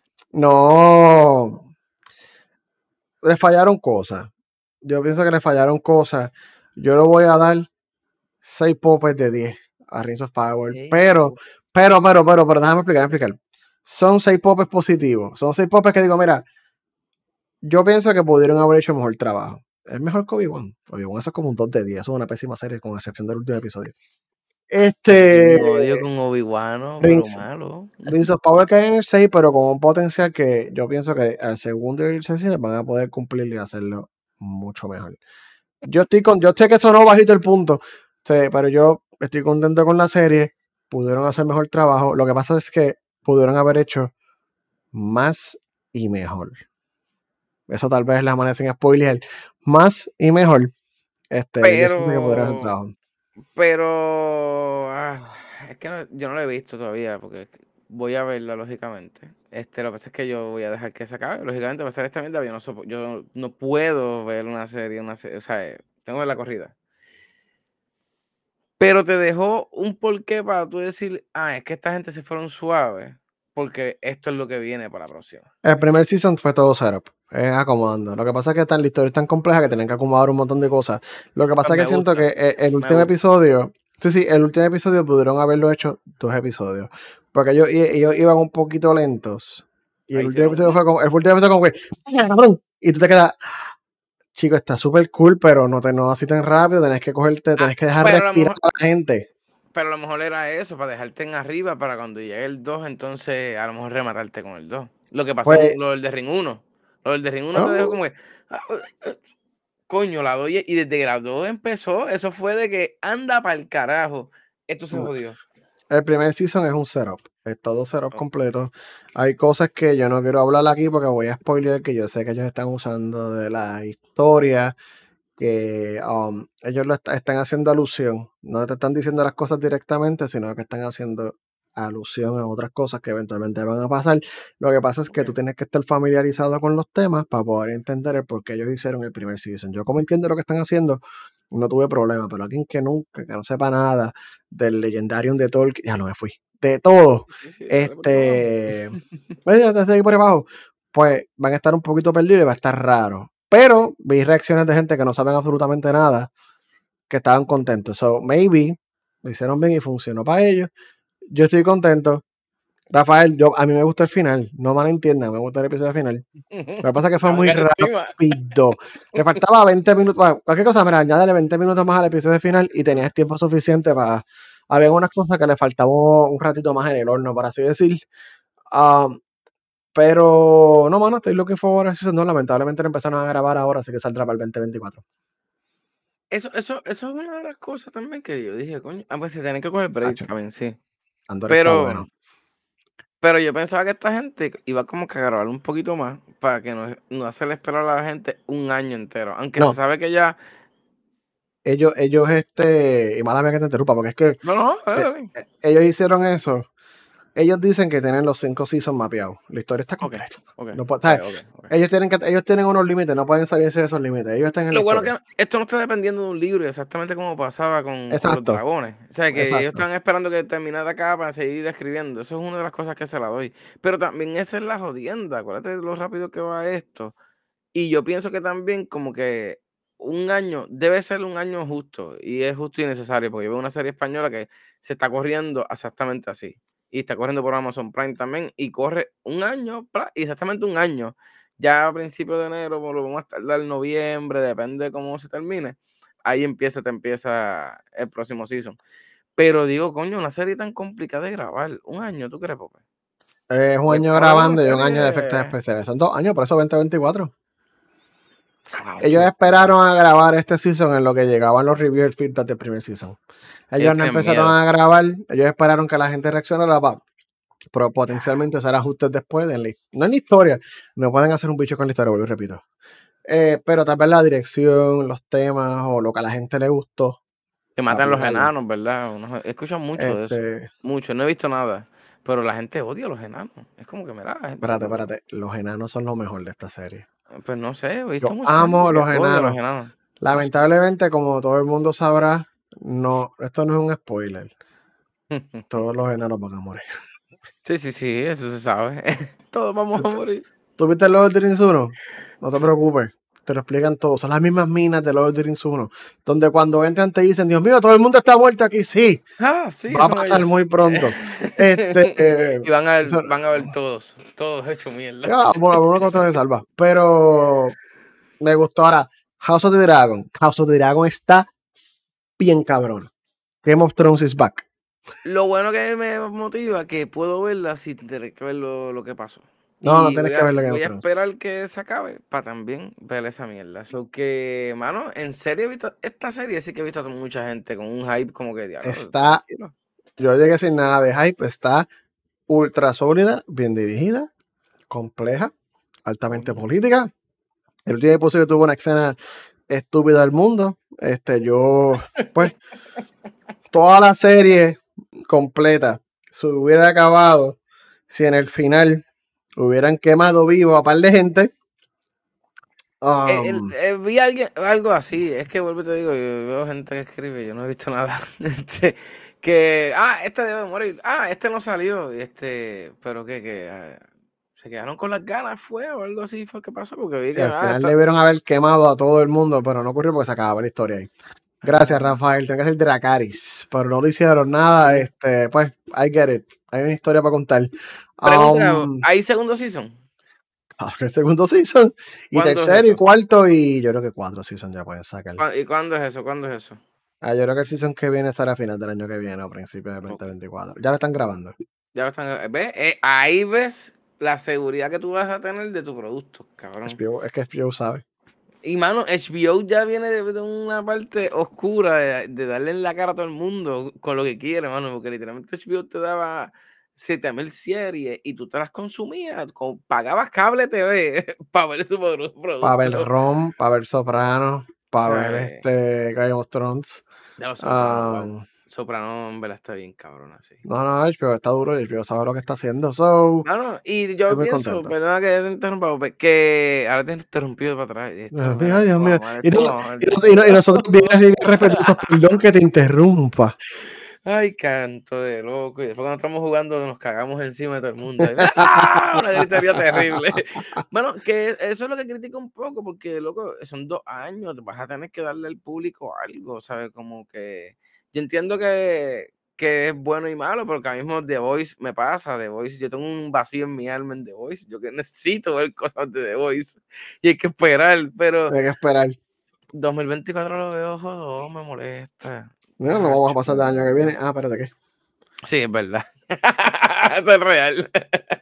no, le fallaron cosas. Yo pienso que le fallaron cosas. Yo le voy a dar 6 popes de 10 a Rings of Power. Pero, déjame explicar. Son 6 popes positivos. Son 6 popes que digo, mira, yo pienso que pudieron haber hecho mejor trabajo. Es mejor que Obi-Wan. Obi-Wan eso es como un 2 de 10. Eso es una pésima serie, con excepción del último episodio. Un Este. odio con Obi-Wan, pero Rings, malo. Rings of Power cae en el 6, pero con un potencial que yo pienso que al segundo y el tercer van a poder cumplir y hacerlo mucho mejor. Yo sé que sonó bajito el punto, pero yo estoy contento con la serie. Pudieron hacer mejor trabajo. Lo que pasa es que pudieron haber hecho más y mejor. Eso tal vez les amanece en spoiler. Más y mejor. Yo siento que pudieron hacer trabajo. Pero es que yo no lo he visto todavía porque voy a verla lógicamente. Lo que pasa es que yo voy a dejar que se acabe. Lógicamente va a ser esta mierda, yo no puedo ver una serie, o sea, tengo que ver la corrida. Pero te dejó un porqué para tú decir, es que esta gente se fueron suaves porque esto es lo que viene para la próxima. El primer season fue todo setup. Es acomodando. Lo que pasa es que la historia es tan compleja que tienen que acomodar un montón de cosas. Lo que pasa Pues es que me siento gusta, que el me último gusta. episodio. Sí, el último episodio pudieron haberlo hecho 2 episodios. Porque ellos iban un poquito lentos. Y el Ahí último hicieron episodio uno. fue como que. ¡Cabrón! Y tú te quedas. Chico, está súper cool, pero no así tan rápido. Tenés que cogerte, tenés que dejar Pero a lo respirar mejor, a la gente. pero a lo mejor era eso, para dejarte en arriba para cuando llegue el 2 entonces a lo mejor rematarte con el 2. Lo que pasó Pues. en lo del de Ring 1. Lo del de Ring 1 te dejó Oh, como que, coño, la 2, y desde que la 2 empezó, eso fue de que anda para el carajo. Esto se no. jodió. El primer season es un setup, es todo setup Ok. completo. Hay cosas que yo no quiero hablar aquí porque voy a spoiler que yo sé que ellos están usando de la historia, que ellos están haciendo alusión. No te están diciendo las cosas directamente, sino que están haciendo alusión a otras cosas que eventualmente van a pasar. Lo que pasa es que tú Ok. tienes que estar familiarizado con los temas para poder entender el por qué ellos hicieron el primer season. Yo como entiendo lo que están haciendo, no tuve problema, pero alguien que nunca, que no sepa nada del Legendarium de Tolkien, ya no me fui, de todo, Sí, sí, dale por ahí para abajo. ya seguí por ahí abajo, pues van a estar un poquito perdidos y va a estar raro. Pero vi reacciones de gente que no saben absolutamente nada, que estaban contentos. So, maybe lo hicieron bien y funcionó para ellos. Yo estoy contento. Rafael, a mí me gusta el final. No malentiendan, me gusta el episodio final. Lo que pasa es que fue muy Cállate encima. rápido. Le faltaba 20 minutos. Bueno, cualquier cosa, mira, añádele 20 minutos más al episodio final y tenías tiempo suficiente para. Había unas cosas que le faltaba un ratito más en el horno, por así decir. Um, pero no, mano, estoy looking forward a eso. No, lamentablemente lo empezaron a grabar ahora, así que saldrá para el 2024. Eso es una de las cosas también que yo dije, coño, pues se tienen que coger break Hacho, también, sí. Andor está Pero, bueno. pero yo pensaba que esta gente iba como que a grabar un poquito más para que no hacerle esperar a la gente un año entero. Aunque se No, sabe que ya. ellos, y mala mía que te interrumpa, porque es que No, no, dale. ellos hicieron eso. Ellos dicen que tienen los 5 seasons mapeados. La historia está Ok, completa. ok, No, ok, ¿sabes? ok, ok. Ellos tienen unos límites, no pueden salirse de esos límites. Ellos están en la Lo bueno historia. que esto no está dependiendo de un libro, exactamente como pasaba con los Exacto, dragones. O sea, que ellos exacto. están esperando que terminara acá para seguir escribiendo. Eso es una de las cosas que se la doy. Pero también esa es la jodienda. Acuérdate de lo rápido que va esto. Y yo pienso que también como que un año debe ser un año justo. Y es justo y necesario. Porque yo veo una serie española que se está corriendo exactamente así. Y está corriendo por Amazon Prime también. Y corre un año, y exactamente un año. Ya a principios de enero, por lo vamos a tardar en noviembre, depende de cómo se termine. Ahí te empieza el próximo season. Pero digo, coño, una serie tan complicada de grabar. Un año, ¿tú crees, Pope? Es un año Estamos hablando de una grabando y un año de efectos serie. especiales. Son 2 años, por eso 2024. Ellos Cacho, esperaron a grabar este season en lo que llegaban los reviews del feedback del primer season. ellos Ellos no tienen empezaron miedo. a grabar, ellos esperaron que la gente reaccionara para potencialmente hacer ajustes después. No en la historia, no pueden hacer un bicho con la historia, vuelvo y repito. Pero tal vez la dirección, los temas o lo que a la gente le gustó, Que matan los aplicarlo. enanos, ¿verdad? Escuchan mucho de eso. Este, Mucho. No he visto nada. Pero la gente odia a los enanos. Es como que, mira, la gente. espérate, los enanos son lo mejor de esta serie. Pues no sé, he visto Yo mucha gente amo que los odia a los enanos. enanos. No sé. Lamentablemente, como todo el mundo sabrá, no, esto no es un spoiler. Todos los enanos van a morir. Sí, sí, sí, eso se sabe. Todos vamos Si a morir. ¿Tú viste el Lord of the Rings 1? No te preocupes. Te lo explican todo. Son las mismas minas de Lord of the Rings 1. Donde cuando entran te dicen, Dios mío, todo el mundo está muerto aquí. Sí, Ah, sí, va a son pasar ellos. muy pronto. Este, Y eso- van a ver todos. Todos hechos mierda. bueno, una cosa se salva. Pero me gustó ahora. House of the Dragon. House of the Dragon está bien cabrón. Game of Thrones is back. Lo bueno que me motiva que puedo verla sin tener que ver lo que pasó. No, no Y tienes que ver Game of voy a Thrones. esperar que se acabe para también ver esa mierda. So que, mano, en serio he visto esta serie, sí que he visto a mucha gente con un hype como que diablo, Está, tranquilo. yo llegué sin nada de hype, está ultra sólida, bien dirigida, compleja, altamente Coño. política. El último episodio tuvo una escena estúpida del mundo. Yo, pues, toda la serie completa se hubiera acabado si en el final hubieran quemado vivo a par de gente. Vi algo así, es que vuelvo y te digo, yo veo gente que escribe, yo no he visto nada. Que, este debe morir, este no salió, pero se quedaron con las ganas, fue, o algo así fue que pasó, porque vi Sí, que, al final debieron haber quemado a todo el mundo, pero no ocurrió porque se acababa la historia ahí. Gracias, ah, Rafael. Tengo que ser Dracaris, pero no le hicieron nada. sí. Pues, I get it. Hay una historia para contar. Pregunta, Um, ¿hay segundo season? Claro que el segundo season, y ¿Cuándo es tercero y eso? cuarto, y yo creo que cuatro season ya pueden sacar. ¿Y cuándo es eso? ¿Cuándo es eso? Yo creo que el season que viene será a final del año que viene o principios del Ok, 2024. Ya lo están grabando. ya lo están, ¿ves? Ahí ves la seguridad que tú vas a tener de tu producto, cabrón. HBO, es que HBO sabe. Y mano, HBO ya viene de una parte oscura de darle en la cara a todo el mundo con lo que quiere, mano, porque literalmente HBO te daba 7000 series y tú te las consumías, pagabas cable TV para ver su Para ver producto. Rom, para ver Sopranos, para ver ¿Sabes? Game of Thrones. De los Sopranos, wow. Um, Soprano, en verdad, está bien cabrón así. no, HBO está duro y HBO sabe lo que está haciendo. So, Mano, y estoy yo muy pienso, contento. perdona que te interrumpa, que ahora te he interrumpido para atrás. Esto Dios me mío, da ay, Dios mío. me Y, no- esto- y nosotros bien así, bien respetuosos. Perdón que te interrumpa. Ay, canto de loco. Y después cuando estamos jugando nos cagamos encima de todo el mundo. Ahí, una gritería terrible. Bueno, que eso es lo que critico un poco, porque, loco, son 2 años, vas a tener que darle al público algo, ¿sabes? Como que yo entiendo que es bueno y malo, pero que a mismo The Voice me pasa, The Voice, yo tengo un vacío en mi alma en The Voice, yo que necesito ver cosas de The Voice y hay que esperar, pero Hay que esperar. 2024 lo veo, joder, me molesta. No, no vamos a Acho, pasar del año que viene. Espérate, ¿qué? sí, es verdad. Eso es real.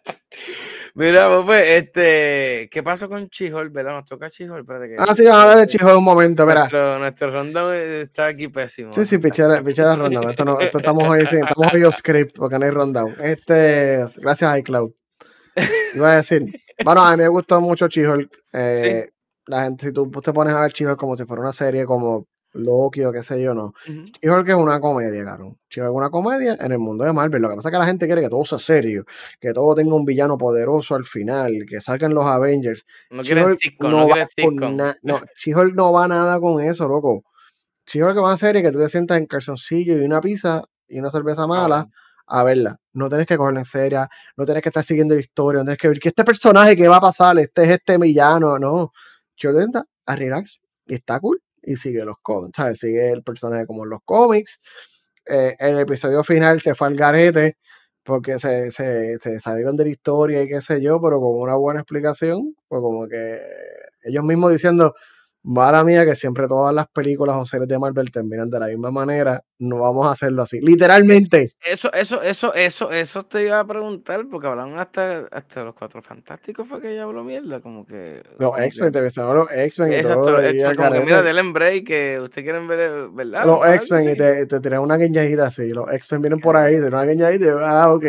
Mira, pues, ¿qué pasó con Chihol, verdad? Nos toca Chihol, espérate Sí, vamos a hablar de que Chijo en un momento, mira. nuestro rundown está aquí pésimo. Sí, sí, pichera rundown. Esto no, esto estamos hoy, sí, estamos hoy off script porque no hay rundown. Gracias a iCloud. Iba a decir, bueno, a mí me gustó mucho She-Hulk. Sí. La gente, si tú te pones a ver She-Hulk como si fuera una serie como Loki o qué sé yo, no. Ujú. She-Hulk es una comedia, cabrón. She-Hulk es una comedia en el mundo de Marvel. Lo que pasa es que la gente quiere que todo sea serio, que todo tenga un villano poderoso al final, que salgan los Avengers. No quieren She-Hulk sitcom, no no va quieren con sitcom. nada, no, She-Hulk no va nada con eso, loco. She-Hulk es una serie que tú te sientas en calzoncillo y una pizza y una cerveza mala Cabrón. a verla. No tienes que cogerla en serio, no tienes que estar siguiendo la historia, no tienes que ver que este personaje que va a pasar, este es este villano, no. She-Hulk entra a relax y está cool y sigue los cómics, ¿sabes? Sigue el personaje como en los cómics. El episodio final se fue al garete porque se salieron de la historia y qué sé yo, pero con una buena explicación, pues como que ellos mismos diciendo, mala mía que siempre todas las películas o series de Marvel terminan de la misma manera, no vamos a hacerlo así. Literalmente. Eso te iba a preguntar, porque hablaron hasta los Cuatro Fantásticos, fue que ella habló mierda, Los como que, X-Men, te mencionaron los X-Men y todo exacto, ahí al como que mira, garete. denle en break, que ustedes quieren ver, ¿verdad? Los ¿No? Algo X-Men y así. te tiran una guiñadita así. Los X-Men vienen por ahí, te Cabrón. tiran una guiñadita y ok.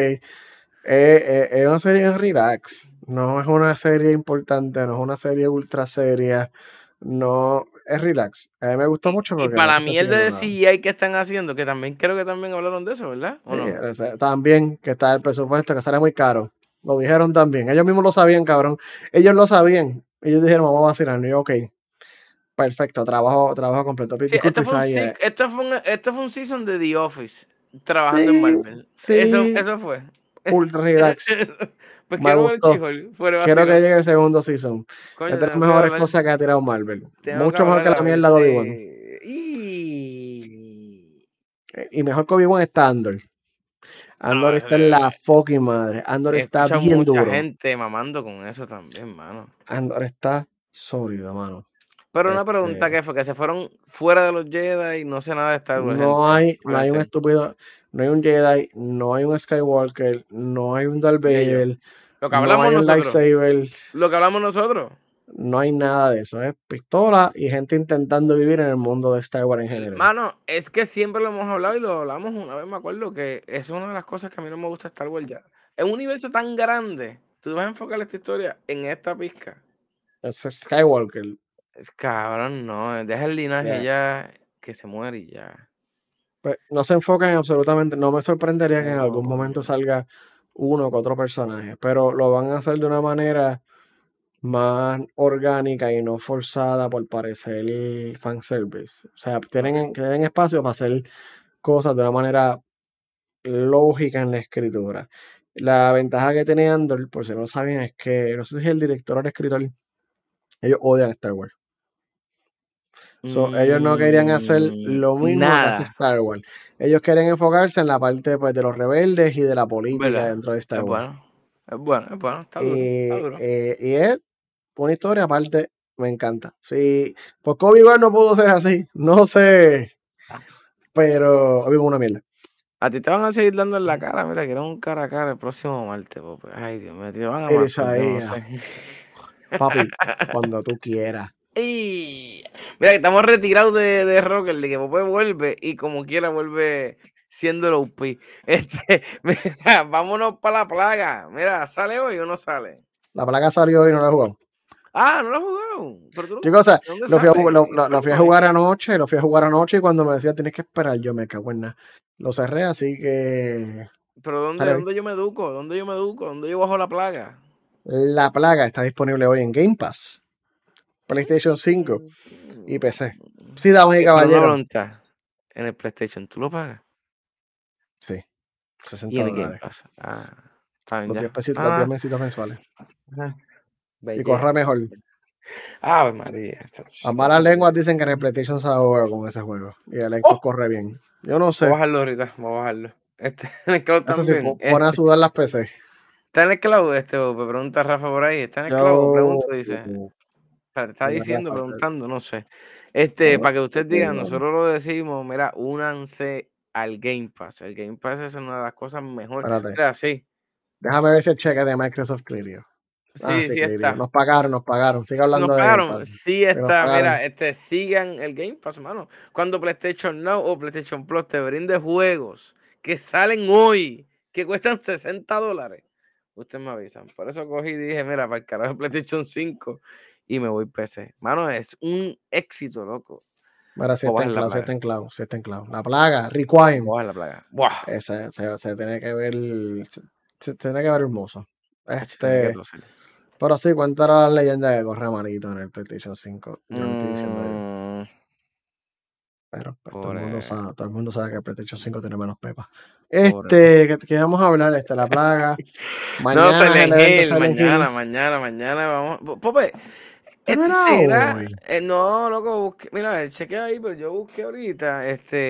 Es una serie relax. No es una serie importante, no es una serie ultra seria. No, es relax. A mí me gustó mucho Y porque no para la te está mierda siguiendo de nada. CGI que están haciendo, que también creo que también hablaron de eso, ¿verdad? ¿O Sí, no? también que está el presupuesto, que sale muy caro. Lo dijeron también. Ellos mismos lo sabían, cabrón. Ellos lo sabían. Ellos dijeron, vamos a vacilar. Y yo, ok, perfecto, trabajo completo. Sí, Disculpe, Isaiah. esto fue un season de The Office, trabajando en Sí, Marvel. sí, Eso fue. ultra relax. Pues Me quiero ver gustó. Chihol, fuera de Quiero que vacilón. llegue el segundo season. Es Coño, de las mejores cosas que ha tirado Marvel. tengo que Mucho mejor hablar que a la ver mierda de si... Obi-Wan. Y mejor que Obi-Wan está Andor. Andor está en la fucking madre. Andor He está escuchado bien mucha duro. gente mamando con eso también, mano. Andor está sólido, mano. Pero una pregunta Este, que fue, que se fueron fuera de los Jedi y no sé nada de Star Wars, no gente. hay, no Puede hay un ser. estúpido, no hay un Jedi, no hay un Skywalker, no hay un Darth Y ellos. Vader, Lo que No hablamos hay un nosotros. lightsaber. Lo que hablamos nosotros. No hay nada de eso. Es pistola y gente intentando vivir en el mundo de Star Wars en general. Mano, es que siempre lo hemos hablado y lo hablamos una vez, me acuerdo, que eso es una de las cosas que a mí no me gusta Star Wars ya. Es un universo tan grande, tú vas a enfocar esta historia en esta pizca. Es Skywalker. Es cabrón, no, deja el linaje Yeah. ya, que se muere y ya. Pues no se enfocan en absolutamente. No me sorprendería que en algún Oh, momento salga uno que otro personaje, pero lo van a hacer de una manera más orgánica y no forzada por parecer fanservice. O sea, tienen espacio para hacer cosas de una manera lógica en la escritura. La ventaja que tiene Andor, por si no saben, es que no sé si es el director o el escritor, ellos odian Star Wars. So, ellos no querían hacer lo mismo que hace nada, Star Wars. Ellos querían enfocarse en la parte pues, de los rebeldes y de la política ¿verdad? dentro de Star Es Wars. bueno, es bueno, es bueno, está duro, está duro. Y es una historia aparte, me encanta. Sí, porque Obi-Wan no pudo ser así, no sé, pero Obi-Wan una mierda. A ti te van a seguir dando en la cara, mira, que era un cara a cara el próximo martes, Pope. Ay, Dios mío, te van a Eres matar, yo ahí, no sé. papi, cuando tú quieras. Y mira, que estamos retirados de Rocket League, que Pope vuelve y como quiera vuelve siendo el OP. Mira, vámonos para la plaga. Mira, ¿sale hoy o no sale? La placa salió y no la he jugado. Ah, no lo he jugado. Pero tú lo Chicos, o sea, jugaste, ¿dónde lo fui sale? lo fui a jugar anoche, y cuando me decía tienes que esperar, yo me cago en nada. Lo cerré, así que Pero ¿dónde, sale hoy. dónde yo me educo? ¿Dónde yo me educo? ¿Dónde yo bajo la plaga? La plaga está disponible hoy en Game Pass, PlayStation 5 Mm, y PC. Sí, damas y Pero una caballeros. pregunta, en el PlayStation, ¿tú lo pagas? Sí, Y 60 en el Game dólares. Pass. Ah, está bien Los 10 ya. pesitos, los 10 Ah, mesitos mensuales. ah, Y belleza. corre mejor. Ave María. Las malas lenguas dicen que en el PlayStation se ahoga con ese juego. Y el Xbox Oh, corre bien. Yo no voy a sé. bajarlo ahorita, voy a bajarlo. En el cloud Eso sí, también. pone a sudar las PC. ¿Está en el cloud me pregunta Rafa por ahí? ¿Está en el cloud? Yo. Pregunto, dice. Te está De verdad, diciendo, falta. preguntando, no sé. No, Para que usted diga, nosotros lo decimos, mira, únanse al Game Pass. El Game Pass es una de las cosas mejores. espérate. Mira, sí, Déjame ver ese cheque de Microsoft Clirio. Ah, sí, sí, sí Clirio. está. Nos pagaron, nos pagaron. Sigue Si nos hablando de Game pagaron, Pass. sí Que nos está. pagaron. Mira, sigan el Game Pass, mano. Cuando PlayStation Now o PlayStation Plus te brinde juegos que salen hoy, que cuestan $60, ustedes me avisan. Por eso cogí y dije, mira, para el carajo de PlayStation 5 y me voy PC. Mano, es un éxito, loco. Mira, si Voy a está bajar en la cloud, si plaga. está en cloud, si está en cloud. La plaga, Requiem. Voy a bajar la plaga. Buah. Se tiene que ver. Se tiene que ver hermoso. Tacho, tiene que toser. Pero sí, cuéntala la leyenda que corre malito en el PlayStation 5. Yo no estoy diciendo yo. Mm, Pero pues, pobre, todo el mundo sabe que el PlayStation 5 tiene menos pepa. pobre. ¿Qué vamos a hablar? La plaga. No, Mañana es el Silent evento Hill, Silent Hill. mañana vamos. Pope, Pero era será. hoy. No, loco, busqué, mira, chequea ahí, pero yo busqué ahorita,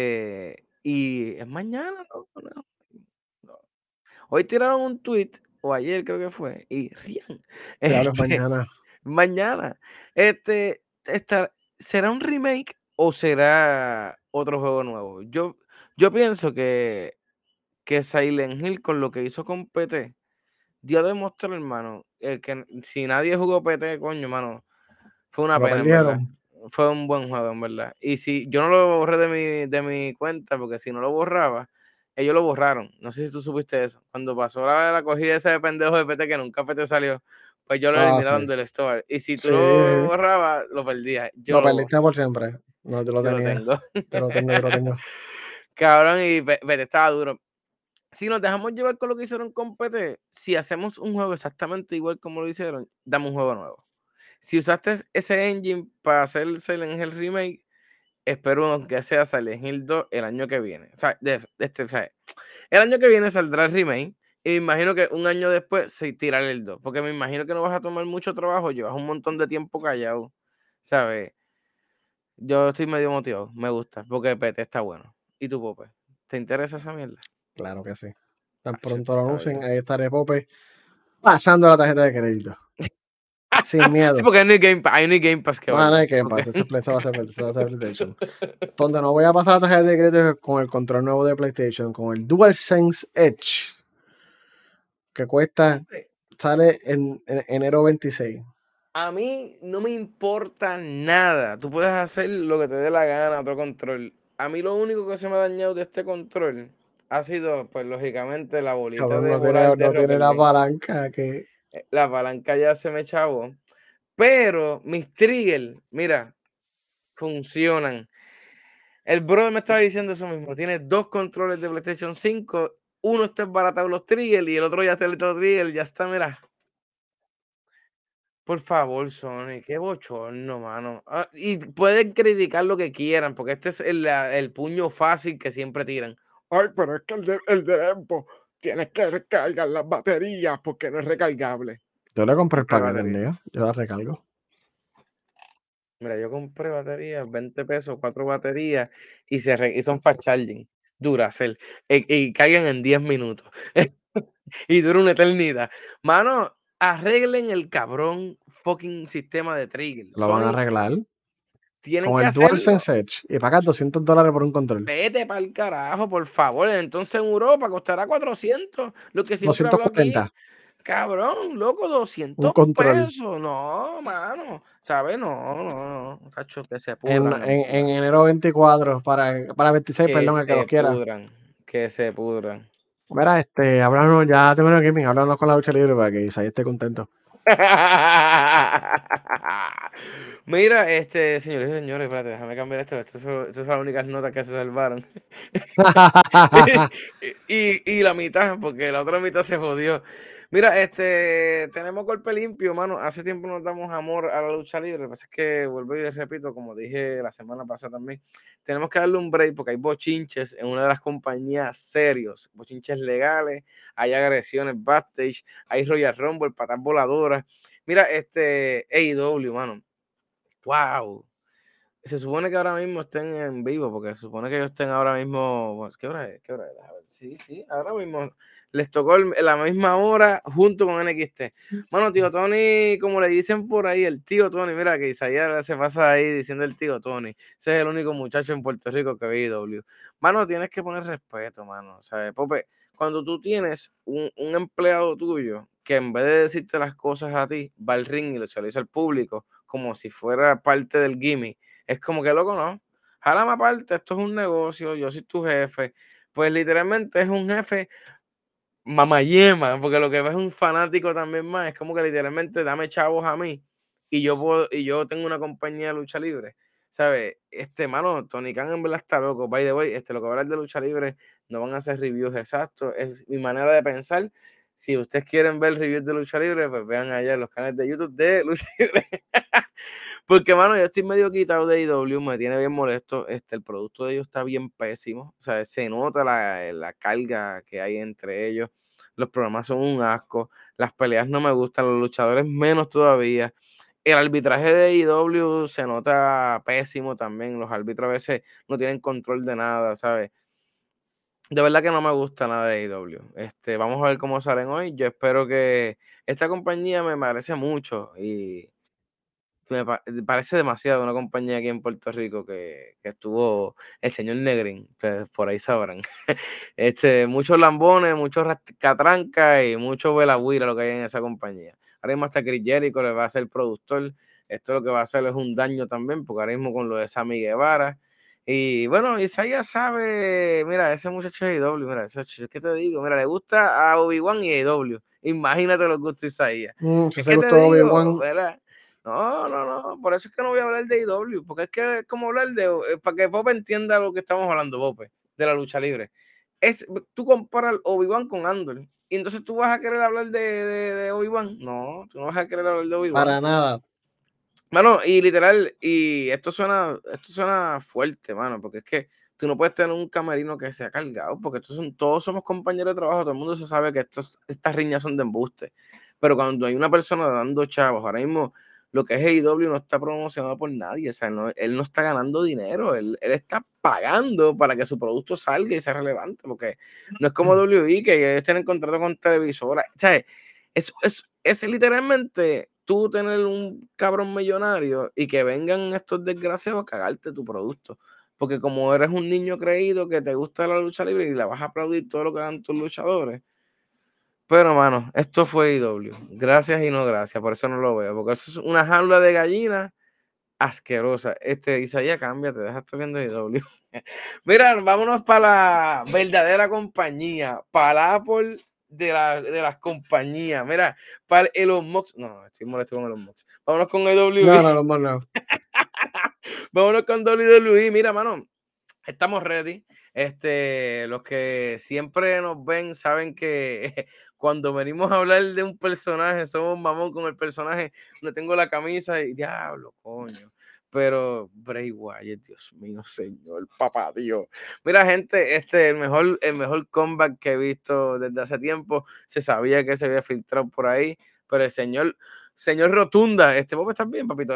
y es mañana, loco, no. Hoy tiraron un tweet, o ayer creo que fue, y rían. Diablos, Este, mañana. mañana. Este, ¿será un remake o será otro juego nuevo? Yo pienso que Silent Hill, con lo que hizo con PT, dio a demostrar, hermano, el que si nadie jugó PT, coño, hermano, fue Se una lo pena, en verdad. perdieron. Fue un buen juego, en verdad. Y si yo no lo borré de mi cuenta, porque si no lo borraba, ellos lo borraron. No sé si tú supiste eso. Cuando pasó la cogida esa de pendejo de PT, que nunca PT salió, pues yo lo Ah, sí. eliminaron del store. Y si tú Sí. lo borrabas, lo perdías. Yo Lo no lo borro. perdiste por siempre. No te lo Yo lo tenía. tengo. Yo lo tengo. Cabrón, y PT estaba duro. Si nos dejamos llevar con lo que hicieron con PT, si hacemos un juego exactamente igual como lo hicieron, dame un juego nuevo. Si usaste ese engine para hacer el Silent Hill Remake, espero que sea Silent Hill 2 el año que viene. O sea, o sea, el año que viene saldrá el remake y me imagino que un año después se tirará el 2, porque me imagino que no vas a tomar mucho trabajo, llevas un montón de tiempo callado, ¿sabes? Yo estoy medio motivado, me gusta, porque PT está bueno. ¿Y tú, Pope? ¿Te interesa esa mierda? Claro que sí. Tan Acho, pronto lo está anuncien, bello. ahí estaré Pope pasando la tarjeta de crédito. Sin Sí, miedo. porque hay no hay Game Pass que No, no valga. hay que Ok. pasar. Eso va a ser PlayStation. Donde no voy a pasar la tarjeta de crédito es con el control nuevo de PlayStation, con el DualSense Edge, que cuesta sale en enero 26. A mí no me importa nada. Tú puedes hacer lo que te dé la gana, otro control. A mí lo único que se me ha dañado de este control ha sido, pues lógicamente, la bolita Cabrón, de volar de no tiene Rocket la League. palanca que... La palanca ya se me chavó. Pero mis triggers, mira, funcionan. El brother me estaba diciendo eso mismo. Tiene dos controles de PlayStation 5. Uno está embaratado los triggers y el otro ya está el trigger. Ya está, mira. Por favor, Sony, qué bochorno, mano. Y pueden criticar lo que quieran, porque este es el puño fácil que siempre tiran. Ay, pero es que el de Xbox tienes que recargar las baterías porque no es recargable. Yo le compré el Compré paquete un batería. día, yo la recargo. Mira, yo compré baterías, 20 pesos, 4 baterías, y son fast charging, Duracell, y cargan en 10 minutos. Y dura una eternidad. Mano, arreglen el cabrón fucking sistema de trigger. Lo van a Sony, arreglar tienen con que el hacerlo. DualSense Edge y pagas $200 por un control. Vete pa'l carajo, por favor. Entonces en Europa costará 400, lo que siempre hablo 240 aquí. Cabrón, loco, un 200 control. pesos. No, mano. ¿Sabes? No, no, no. Muchachos, que se En, pudran en verdad. enero 24 para 26, Que perdón, el que los se quiera. pudran. Que se pudran. Mira, háblanos, ya tengo el gaming, háblanos con la lucha libre para que Isaías esté contento. Mira, señores y señores, espérate, déjame cambiar esto. Estas son las únicas notas que se salvaron. Y la mitad, porque la otra mitad se jodió. Mira, tenemos golpe limpio, mano. Hace tiempo nos damos amor a la lucha libre. Lo que pasa es que, vuelvo y les repito, como dije la semana pasada también, tenemos que darle un break porque hay bochinches en una de las compañías serios, bochinches legales, hay agresiones backstage, hay Royal Rumble, patas voladoras. Mira, AEW, mano. Wow. Se supone que ahora mismo estén en vivo, porque se supone que ellos estén ahora mismo. Bueno, ¿qué hora es? ¿Qué hora es? A ver, sí, sí, ahora mismo les tocó la misma hora junto con NXT. Bueno, tío Tony, como le dicen por ahí, el tío Tony, mira que Isaías se pasa ahí diciendo el tío Tony. Ese es el único muchacho en Puerto Rico que ve IW. Mano, tienes que poner respeto, mano. ¿Sabes? Pope, cuando tú tienes un empleado tuyo que en vez de decirte las cosas a ti, va al ring y se lo dice al público, como si fuera parte del gimmick, es como que loco, ¿no? Jálame aparte, esto es un negocio, yo soy tu jefe. Pues literalmente es un jefe mamayema, porque lo que ves es un fanático también más. Es como que literalmente dame chavos a mí y yo tengo una compañía de lucha libre. ¿Sabes? Mano, Tony Khan en verdad está loco. By the way, lo que va a hablar de lucha libre no van a hacer reviews exactos. Es mi manera de pensar. Si ustedes quieren ver reviews de lucha libre, pues vean allá en los canales de YouTube de lucha libre. Porque, mano, yo estoy medio quitado de IW, me tiene bien molesto. El producto de ellos está bien pésimo. O sea, se nota la carga que hay entre ellos. Los programas son un asco. Las peleas no me gustan, los luchadores menos todavía. El arbitraje de IW se nota pésimo también. Los árbitros a veces no tienen control de nada, ¿sabes? De verdad que no me gusta nada de IW. Vamos a ver cómo salen hoy. Yo espero que esta compañía me merece mucho y parece demasiado una compañía aquí en Puerto Rico que estuvo el señor Negrín, ustedes por ahí sabrán. Muchos lambones, muchos catrancas y mucho velagüira lo que hay en esa compañía. Ahora mismo hasta Chris Jericho le va a ser productor. Esto lo que va a hacer es un daño también, porque ahora mismo con lo de Sammy Guevara. Y bueno, Isaías sabe, mira, ese muchacho de AEW, mira, ¿qué te digo? Mira, le gusta a Obi-Wan y AEW. Imagínate los gustos de Isaías. Si Es se que te gustó digo, Obi-Wan, ¿verdad? No, no, no, por eso es que no voy a hablar de IW, porque es que es como hablar para que Pope entienda lo que estamos hablando, Pope, de la lucha libre. Tú comparas Obi-Wan con Andor, y entonces tú vas a querer hablar de Obi-Wan. No, tú no vas a querer hablar de Obi-Wan. para nada. Mano, y literal, y esto suena fuerte, mano, porque es que tú no puedes tener un camerino que sea cargado, porque todos somos compañeros de trabajo, todo el mundo se sabe que estas riñas son de embuste. Pero cuando hay una persona dando chavos, ahora mismo lo que es AEW no está promocionado por nadie, o sea, él no está ganando dinero, él está pagando para que su producto salga y sea relevante, porque no es como WWE, que ellos tienen contrato con televisoras, o sea, es literalmente tú tener un cabrón millonario y que vengan estos desgraciados a cagarte tu producto. Porque como eres un niño creído que te gusta la lucha libre y le vas a aplaudir todo lo que dan tus luchadores, Pero, mano, esto fue IW. Gracias y no gracias, por eso no lo veo, porque eso es una jaula de gallinas asquerosa. Isaías, cámbiate, deja estar viendo IW. Mira, vámonos para la verdadera compañía, para la Apple de las compañías. Mira, para el Elon Musk. No, estoy molesto con Elon Musk. Vámonos con WWE. No. Vámonos con WWE. Mira, mano, estamos ready. Los que siempre nos ven saben que cuando venimos a hablar de un personaje, somos mamón con el personaje. Le tengo la camisa y diablo, coño. Pero Bray Wyatt, Dios mío, señor, papá Dios. Mira, gente, el mejor comeback que he visto desde hace tiempo. Se sabía que se había filtrado por ahí, pero el señor Rotunda, vos estás bien, papito.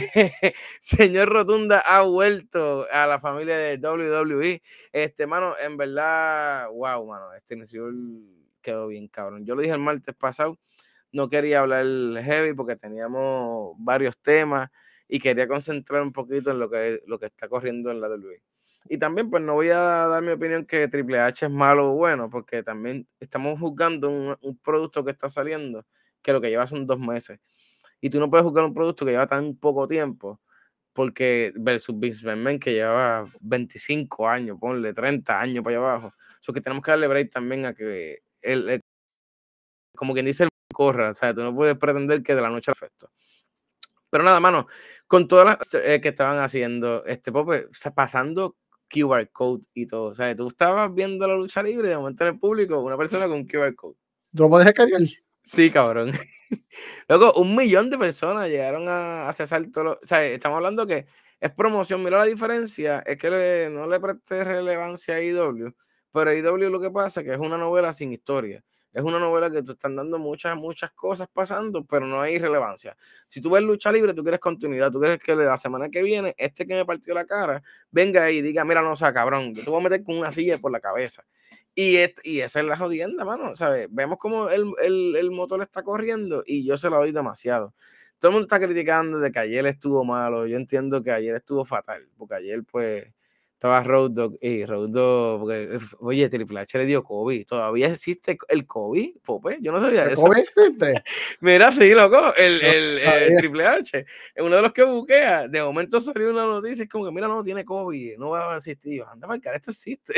Señor Rotunda ha vuelto a la familia de WWE. Mano, en verdad, wow, mano, Riddle quedó bien cabrón. Yo lo dije el martes pasado, no quería hablar heavy porque teníamos varios temas y quería concentrar un poquito en lo que está corriendo en la WWE. Y también, pues, no voy a dar mi opinión que Triple H es malo o bueno, porque también estamos juzgando un producto que está saliendo, que lo que lleva son 2 meses. Y tú no puedes juzgar un producto que lleva tan poco tiempo, porque versus Vince McMahon que lleva 25 años, ponle 30 años para allá abajo. Eso que tenemos que darle break también a que él como quien dice, el corra. O sea, tú no puedes pretender que de la noche al efecto. Pero nada, mano, con todas las que estaban haciendo, Pope, o sea, pasando QR code y todo. O sea, tú estabas viendo la lucha libre y de momento en el público una persona con QR code. ¿Tú lo puedes descargar? Sí, cabrón. Luego, 1 millón de personas llegaron a cesar todo. O sea, estamos hablando que es promoción. Mira la diferencia, es que no le presté relevancia a IW, pero IW lo que pasa es que es una novela sin historia. Es una novela que te están dando muchas cosas pasando, pero no hay relevancia. Si tú ves lucha libre, tú quieres continuidad, tú quieres que la semana que viene, que me partió la cara, venga y diga, mira, no, o sea, cabrón, yo te voy a meter con una silla por la cabeza. Y esa es la jodienda, mano, ¿sabes? Vemos como el motor está corriendo y yo se lo doy demasiado. Todo el mundo está criticando de que ayer estuvo malo. Yo entiendo que ayer estuvo fatal, porque ayer, pues, estaba Road Dogg y Road Dogg, porque, oye, Triple H le dio COVID. ¿Todavía existe el COVID, Pope? Yo no sabía ¿El eso. COVID existe? Mira, sí, loco, No el sabía. Triple H, es uno de los que buquea. De momento salió una noticia, es como que, mira, no, tiene COVID, no va a existir. Yo, anda, para el cara, esto existe.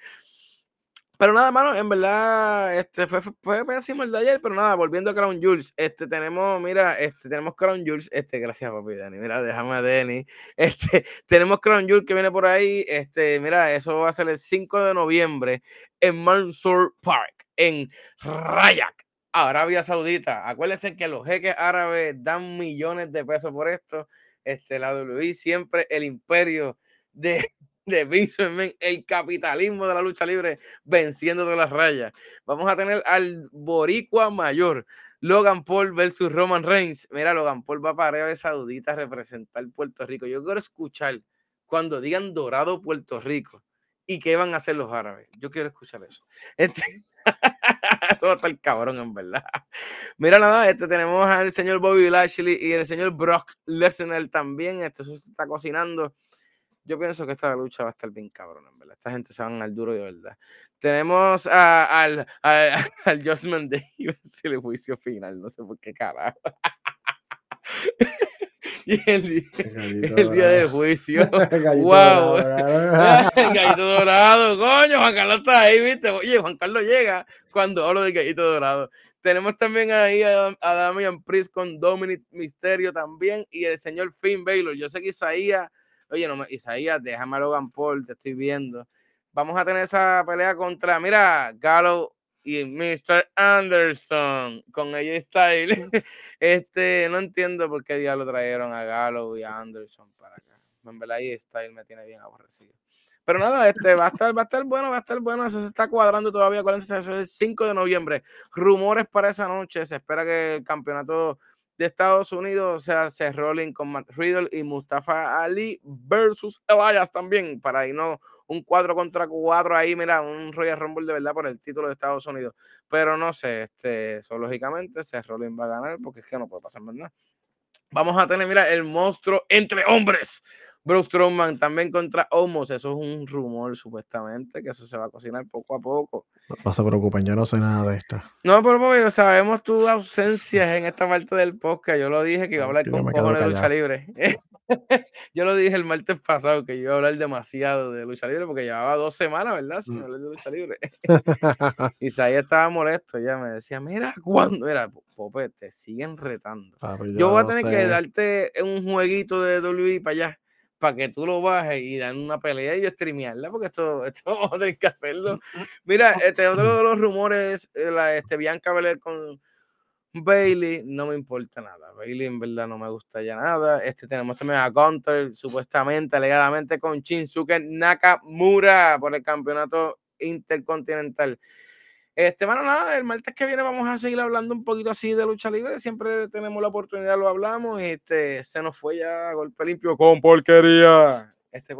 Pero nada, mano, en verdad, fue pésimo el de ayer, pero nada, volviendo a Crown Jules, tenemos Crown Jules, gracias, papi, Dani, mira, déjame a Denny, tenemos Crown Jules que viene por ahí, mira, eso va a ser el 5 de noviembre en Mansour Park, en Rayak, Arabia Saudita. Acuérdense que los jeques árabes dan millones de pesos por esto, la WWE siempre el imperio de Vince McMahon, el capitalismo de la lucha libre venciendo todas las rayas. Vamos a tener al boricua mayor, Logan Paul versus Roman Reigns. Mira, Logan Paul va para Arabia Saudita a representar Puerto Rico. Yo quiero escuchar cuando digan Dorado Puerto Rico y qué van a hacer los árabes. Yo quiero escuchar eso. Esto va a estar cabrón, en verdad. Mira, nada, tenemos al señor Bobby Lashley y el señor Brock Lesnar también. Esto se está cocinando. Yo pienso que esta lucha va a estar bien cabrón, en verdad. Esta gente se van al duro de verdad. Tenemos al Judgment Day y el juicio final, no sé por qué carajo. Y el día de juicio. Gallito ¡Wow! dorado, Gallito dorado, coño, Juan Carlos está ahí, ¿viste? Oye, Juan Carlos llega cuando hablo de gallito dorado. Tenemos también ahí a Damian Priest con Dominic Mysterio también y el señor Finn Balor. Yo sé que Isaías, oye, no, Isaías, déjame a Logan Paul, te estoy viendo. Vamos a tener esa pelea contra, mira, Gallows y Mr. Anderson con AJ Styles. No entiendo por qué diablo trajeron a Gallows y a Anderson para acá. En verdad, AJ Styles me tiene bien aborrecido. Pero nada, va a estar bueno, eso se está cuadrando todavía, acuérdense, eso es el 5 de noviembre. Rumores para esa noche, se espera que el campeonato de Estados Unidos sea Seth Rollins con Matt Riddle y Mustafa Ali versus Elias también, para irnos un 4 contra 4 ahí, mira, un Royal Rumble de verdad por el título de Estados Unidos. Pero no sé, eso lógicamente Seth Rollins va a ganar porque es que no puede pasar más nada. Vamos a tener, mira, el monstruo entre hombres. Braun Strowman también contra Omos. Eso es un rumor, supuestamente, que eso se va a cocinar poco a poco. No se preocupen, yo no sé nada de esto. No, pero sabemos tus ausencias en esta parte del podcast. Yo lo dije que iba a hablar Yo con me quedo cojones de lucha callado. libre. Yo lo dije el martes pasado que yo iba a hablar demasiado de lucha libre porque llevaba 2 semanas, ¿verdad? Sin hablar de lucha libre. Isaías estaba molesto, ya me decía, mira, ¿cuándo? Mira, Pope, te siguen retando. Papi, Yo yo voy a no tener que sé. darte un jueguito de WWE para allá, para que tú lo bajes y dan una pelea y yo streamearla, porque esto vamos a tener que hacerlo. Mira, otro de los rumores, Bianca Belair con Bailey, no me importa nada. Bailey en verdad no me gusta ya nada. Tenemos también a Gunter, supuestamente, alegadamente, con Shinsuke Nakamura por el campeonato intercontinental. Bueno, nada, el martes que viene vamos a seguir hablando un poquito así de lucha libre. Siempre tenemos la oportunidad, lo hablamos. Se nos fue ya a golpe limpio con porquería.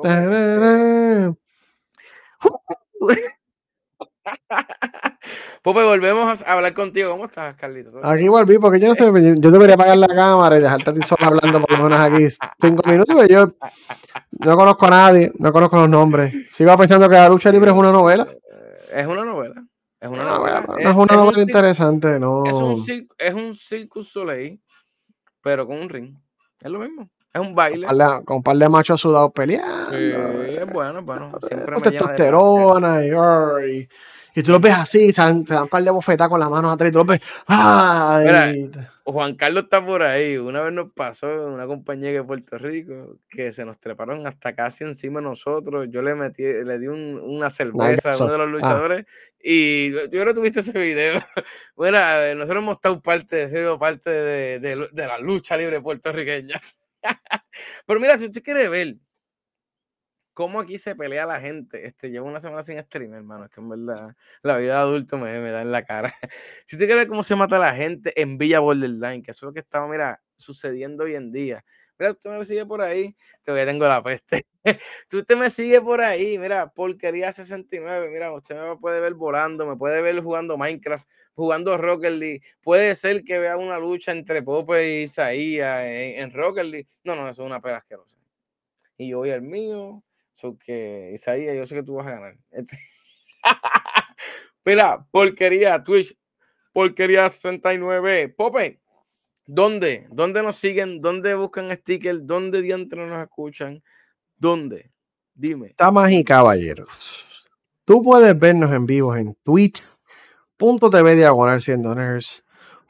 Pope, volvemos a hablar contigo. ¿Cómo estás, Carlito? Aquí volví porque yo no sé, yo debería apagar la cámara y dejarte a ti solo hablando por lo menos aquí 5 minutos, porque yo no conozco a nadie, no conozco los nombres. Sigo pensando que la lucha libre es una novela. Es una novela. Es una No, novela. no es una novela interesante, no. Es un Circus Soleil, pero con un ring. Es lo mismo. Es un baile. Con un par de machos sudados peleando. Es bueno, es bueno. Siempre Con me llena de paz. testosterona y tú los ves así, te dan un par de bofetadas con las manos atrás y tú los ves. Mira, ¡Ay! Juan Carlos está por ahí. Una vez nos pasó en una compañía de Puerto Rico que se nos treparon hasta casi encima de nosotros. Yo le di una cerveza a uno de los luchadores y yo creo que tuviste ese video. Bueno, nosotros hemos sido parte de la lucha libre puertorriqueña. Pero mira, si usted quiere ver cómo aquí se pelea la gente, llevo una semana sin stream, hermano, es que en verdad la vida de adulto me da en la cara. Si usted quiere ver cómo se mata la gente en Villa Borderline, que eso es lo que estaba, mira, sucediendo hoy en día. Mira, usted me sigue por ahí, todavía tengo la peste. Usted me sigue por ahí, mira, porquería 69, mira, usted me puede ver volando, me puede ver jugando Minecraft, jugando Rocket League. Puede ser que vea una lucha entre Pope y Isaías en Rocket League. No, eso es una pela asquerosa. Y yo voy al mío. Que Isaías, yo sé que tú vas a ganar. Mira, porquería, Twitch, porquería 69. Pope, ¿dónde? ¿Dónde nos siguen? ¿Dónde buscan stickers? ¿Dónde diantres nos escuchan? ¿Dónde? Dime. Damas y caballeros, tú puedes vernos en vivo en twitch.tv/siendo-nerds,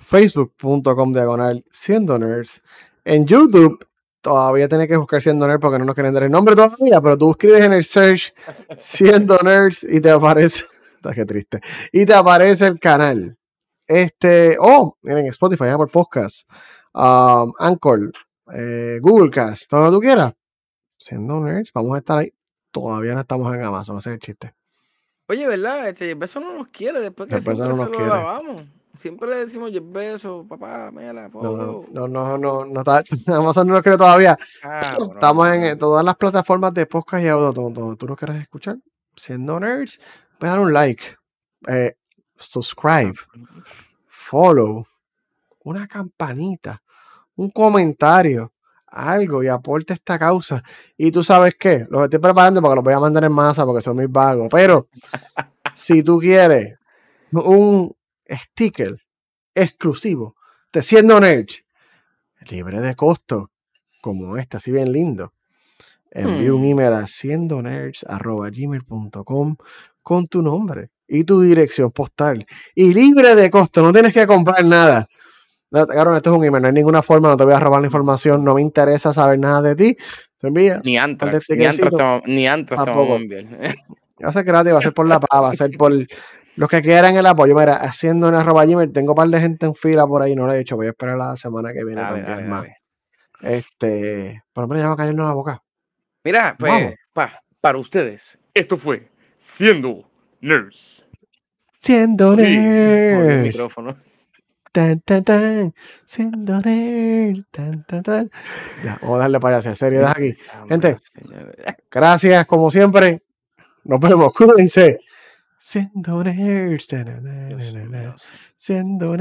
facebook.com/siendo-nerds, en YouTube. Todavía tienes que buscar Siendo Nerds porque no nos quieren dar el nombre todavía, pero tú escribes en el search Siendo Nerds y te aparece. Qué triste. Y te aparece el canal. Miren, Spotify, Apple Podcast, Anchor, Google Cast, todo lo que tú quieras. Siendo Nerds, vamos a estar ahí. Todavía no estamos en Amazon, ese es el chiste. Oye, ¿verdad? Beso no nos quiere después que Después siempre no se nos lo quiere. lavamos. Siempre le decimos Beso, papá, mira, No está, Amazon no nos quiere todavía. Estamos en todas las plataformas de podcast y audio donde tú nos quieras escuchar. Siendo Nerds, pues dar un like, subscribe, follow, una campanita, un comentario, algo y aporte esta causa. Y tú sabes qué, los estoy preparando porque los voy a mandar en masa porque son mis vagos. Pero si tú quieres un sticker exclusivo de Siendo Nerds, libre de costo, como este, así bien lindo, envía un email a siendonerds@gmail.com con tu nombre y tu dirección postal. Y libre de costo, no tienes que comprar nada. Cabrón, esto es un email, no hay ninguna forma, no te voy a robar la información, no me interesa saber nada de ti. Te envía. Ni Antrax te vamos a enviar. Va a ser gratis, va a ser por la paz, va a ser por los que quieran el apoyo. Mira, haciendo en @gmail, tengo un par de gente en fila por ahí, no lo he hecho, voy a esperar la semana que viene para enviar más. Pero mira, ya va a caernos la boca. Mira, pues, para ustedes, esto fue Siendo Nerds. Siendo Nerds. El micrófono. Siendo Nerds. Ya, vamos a darle para hacer seriedad aquí. Gente, gracias como siempre. Nos vemos, cuídense. Siendo Nerds. Siendo Nerds.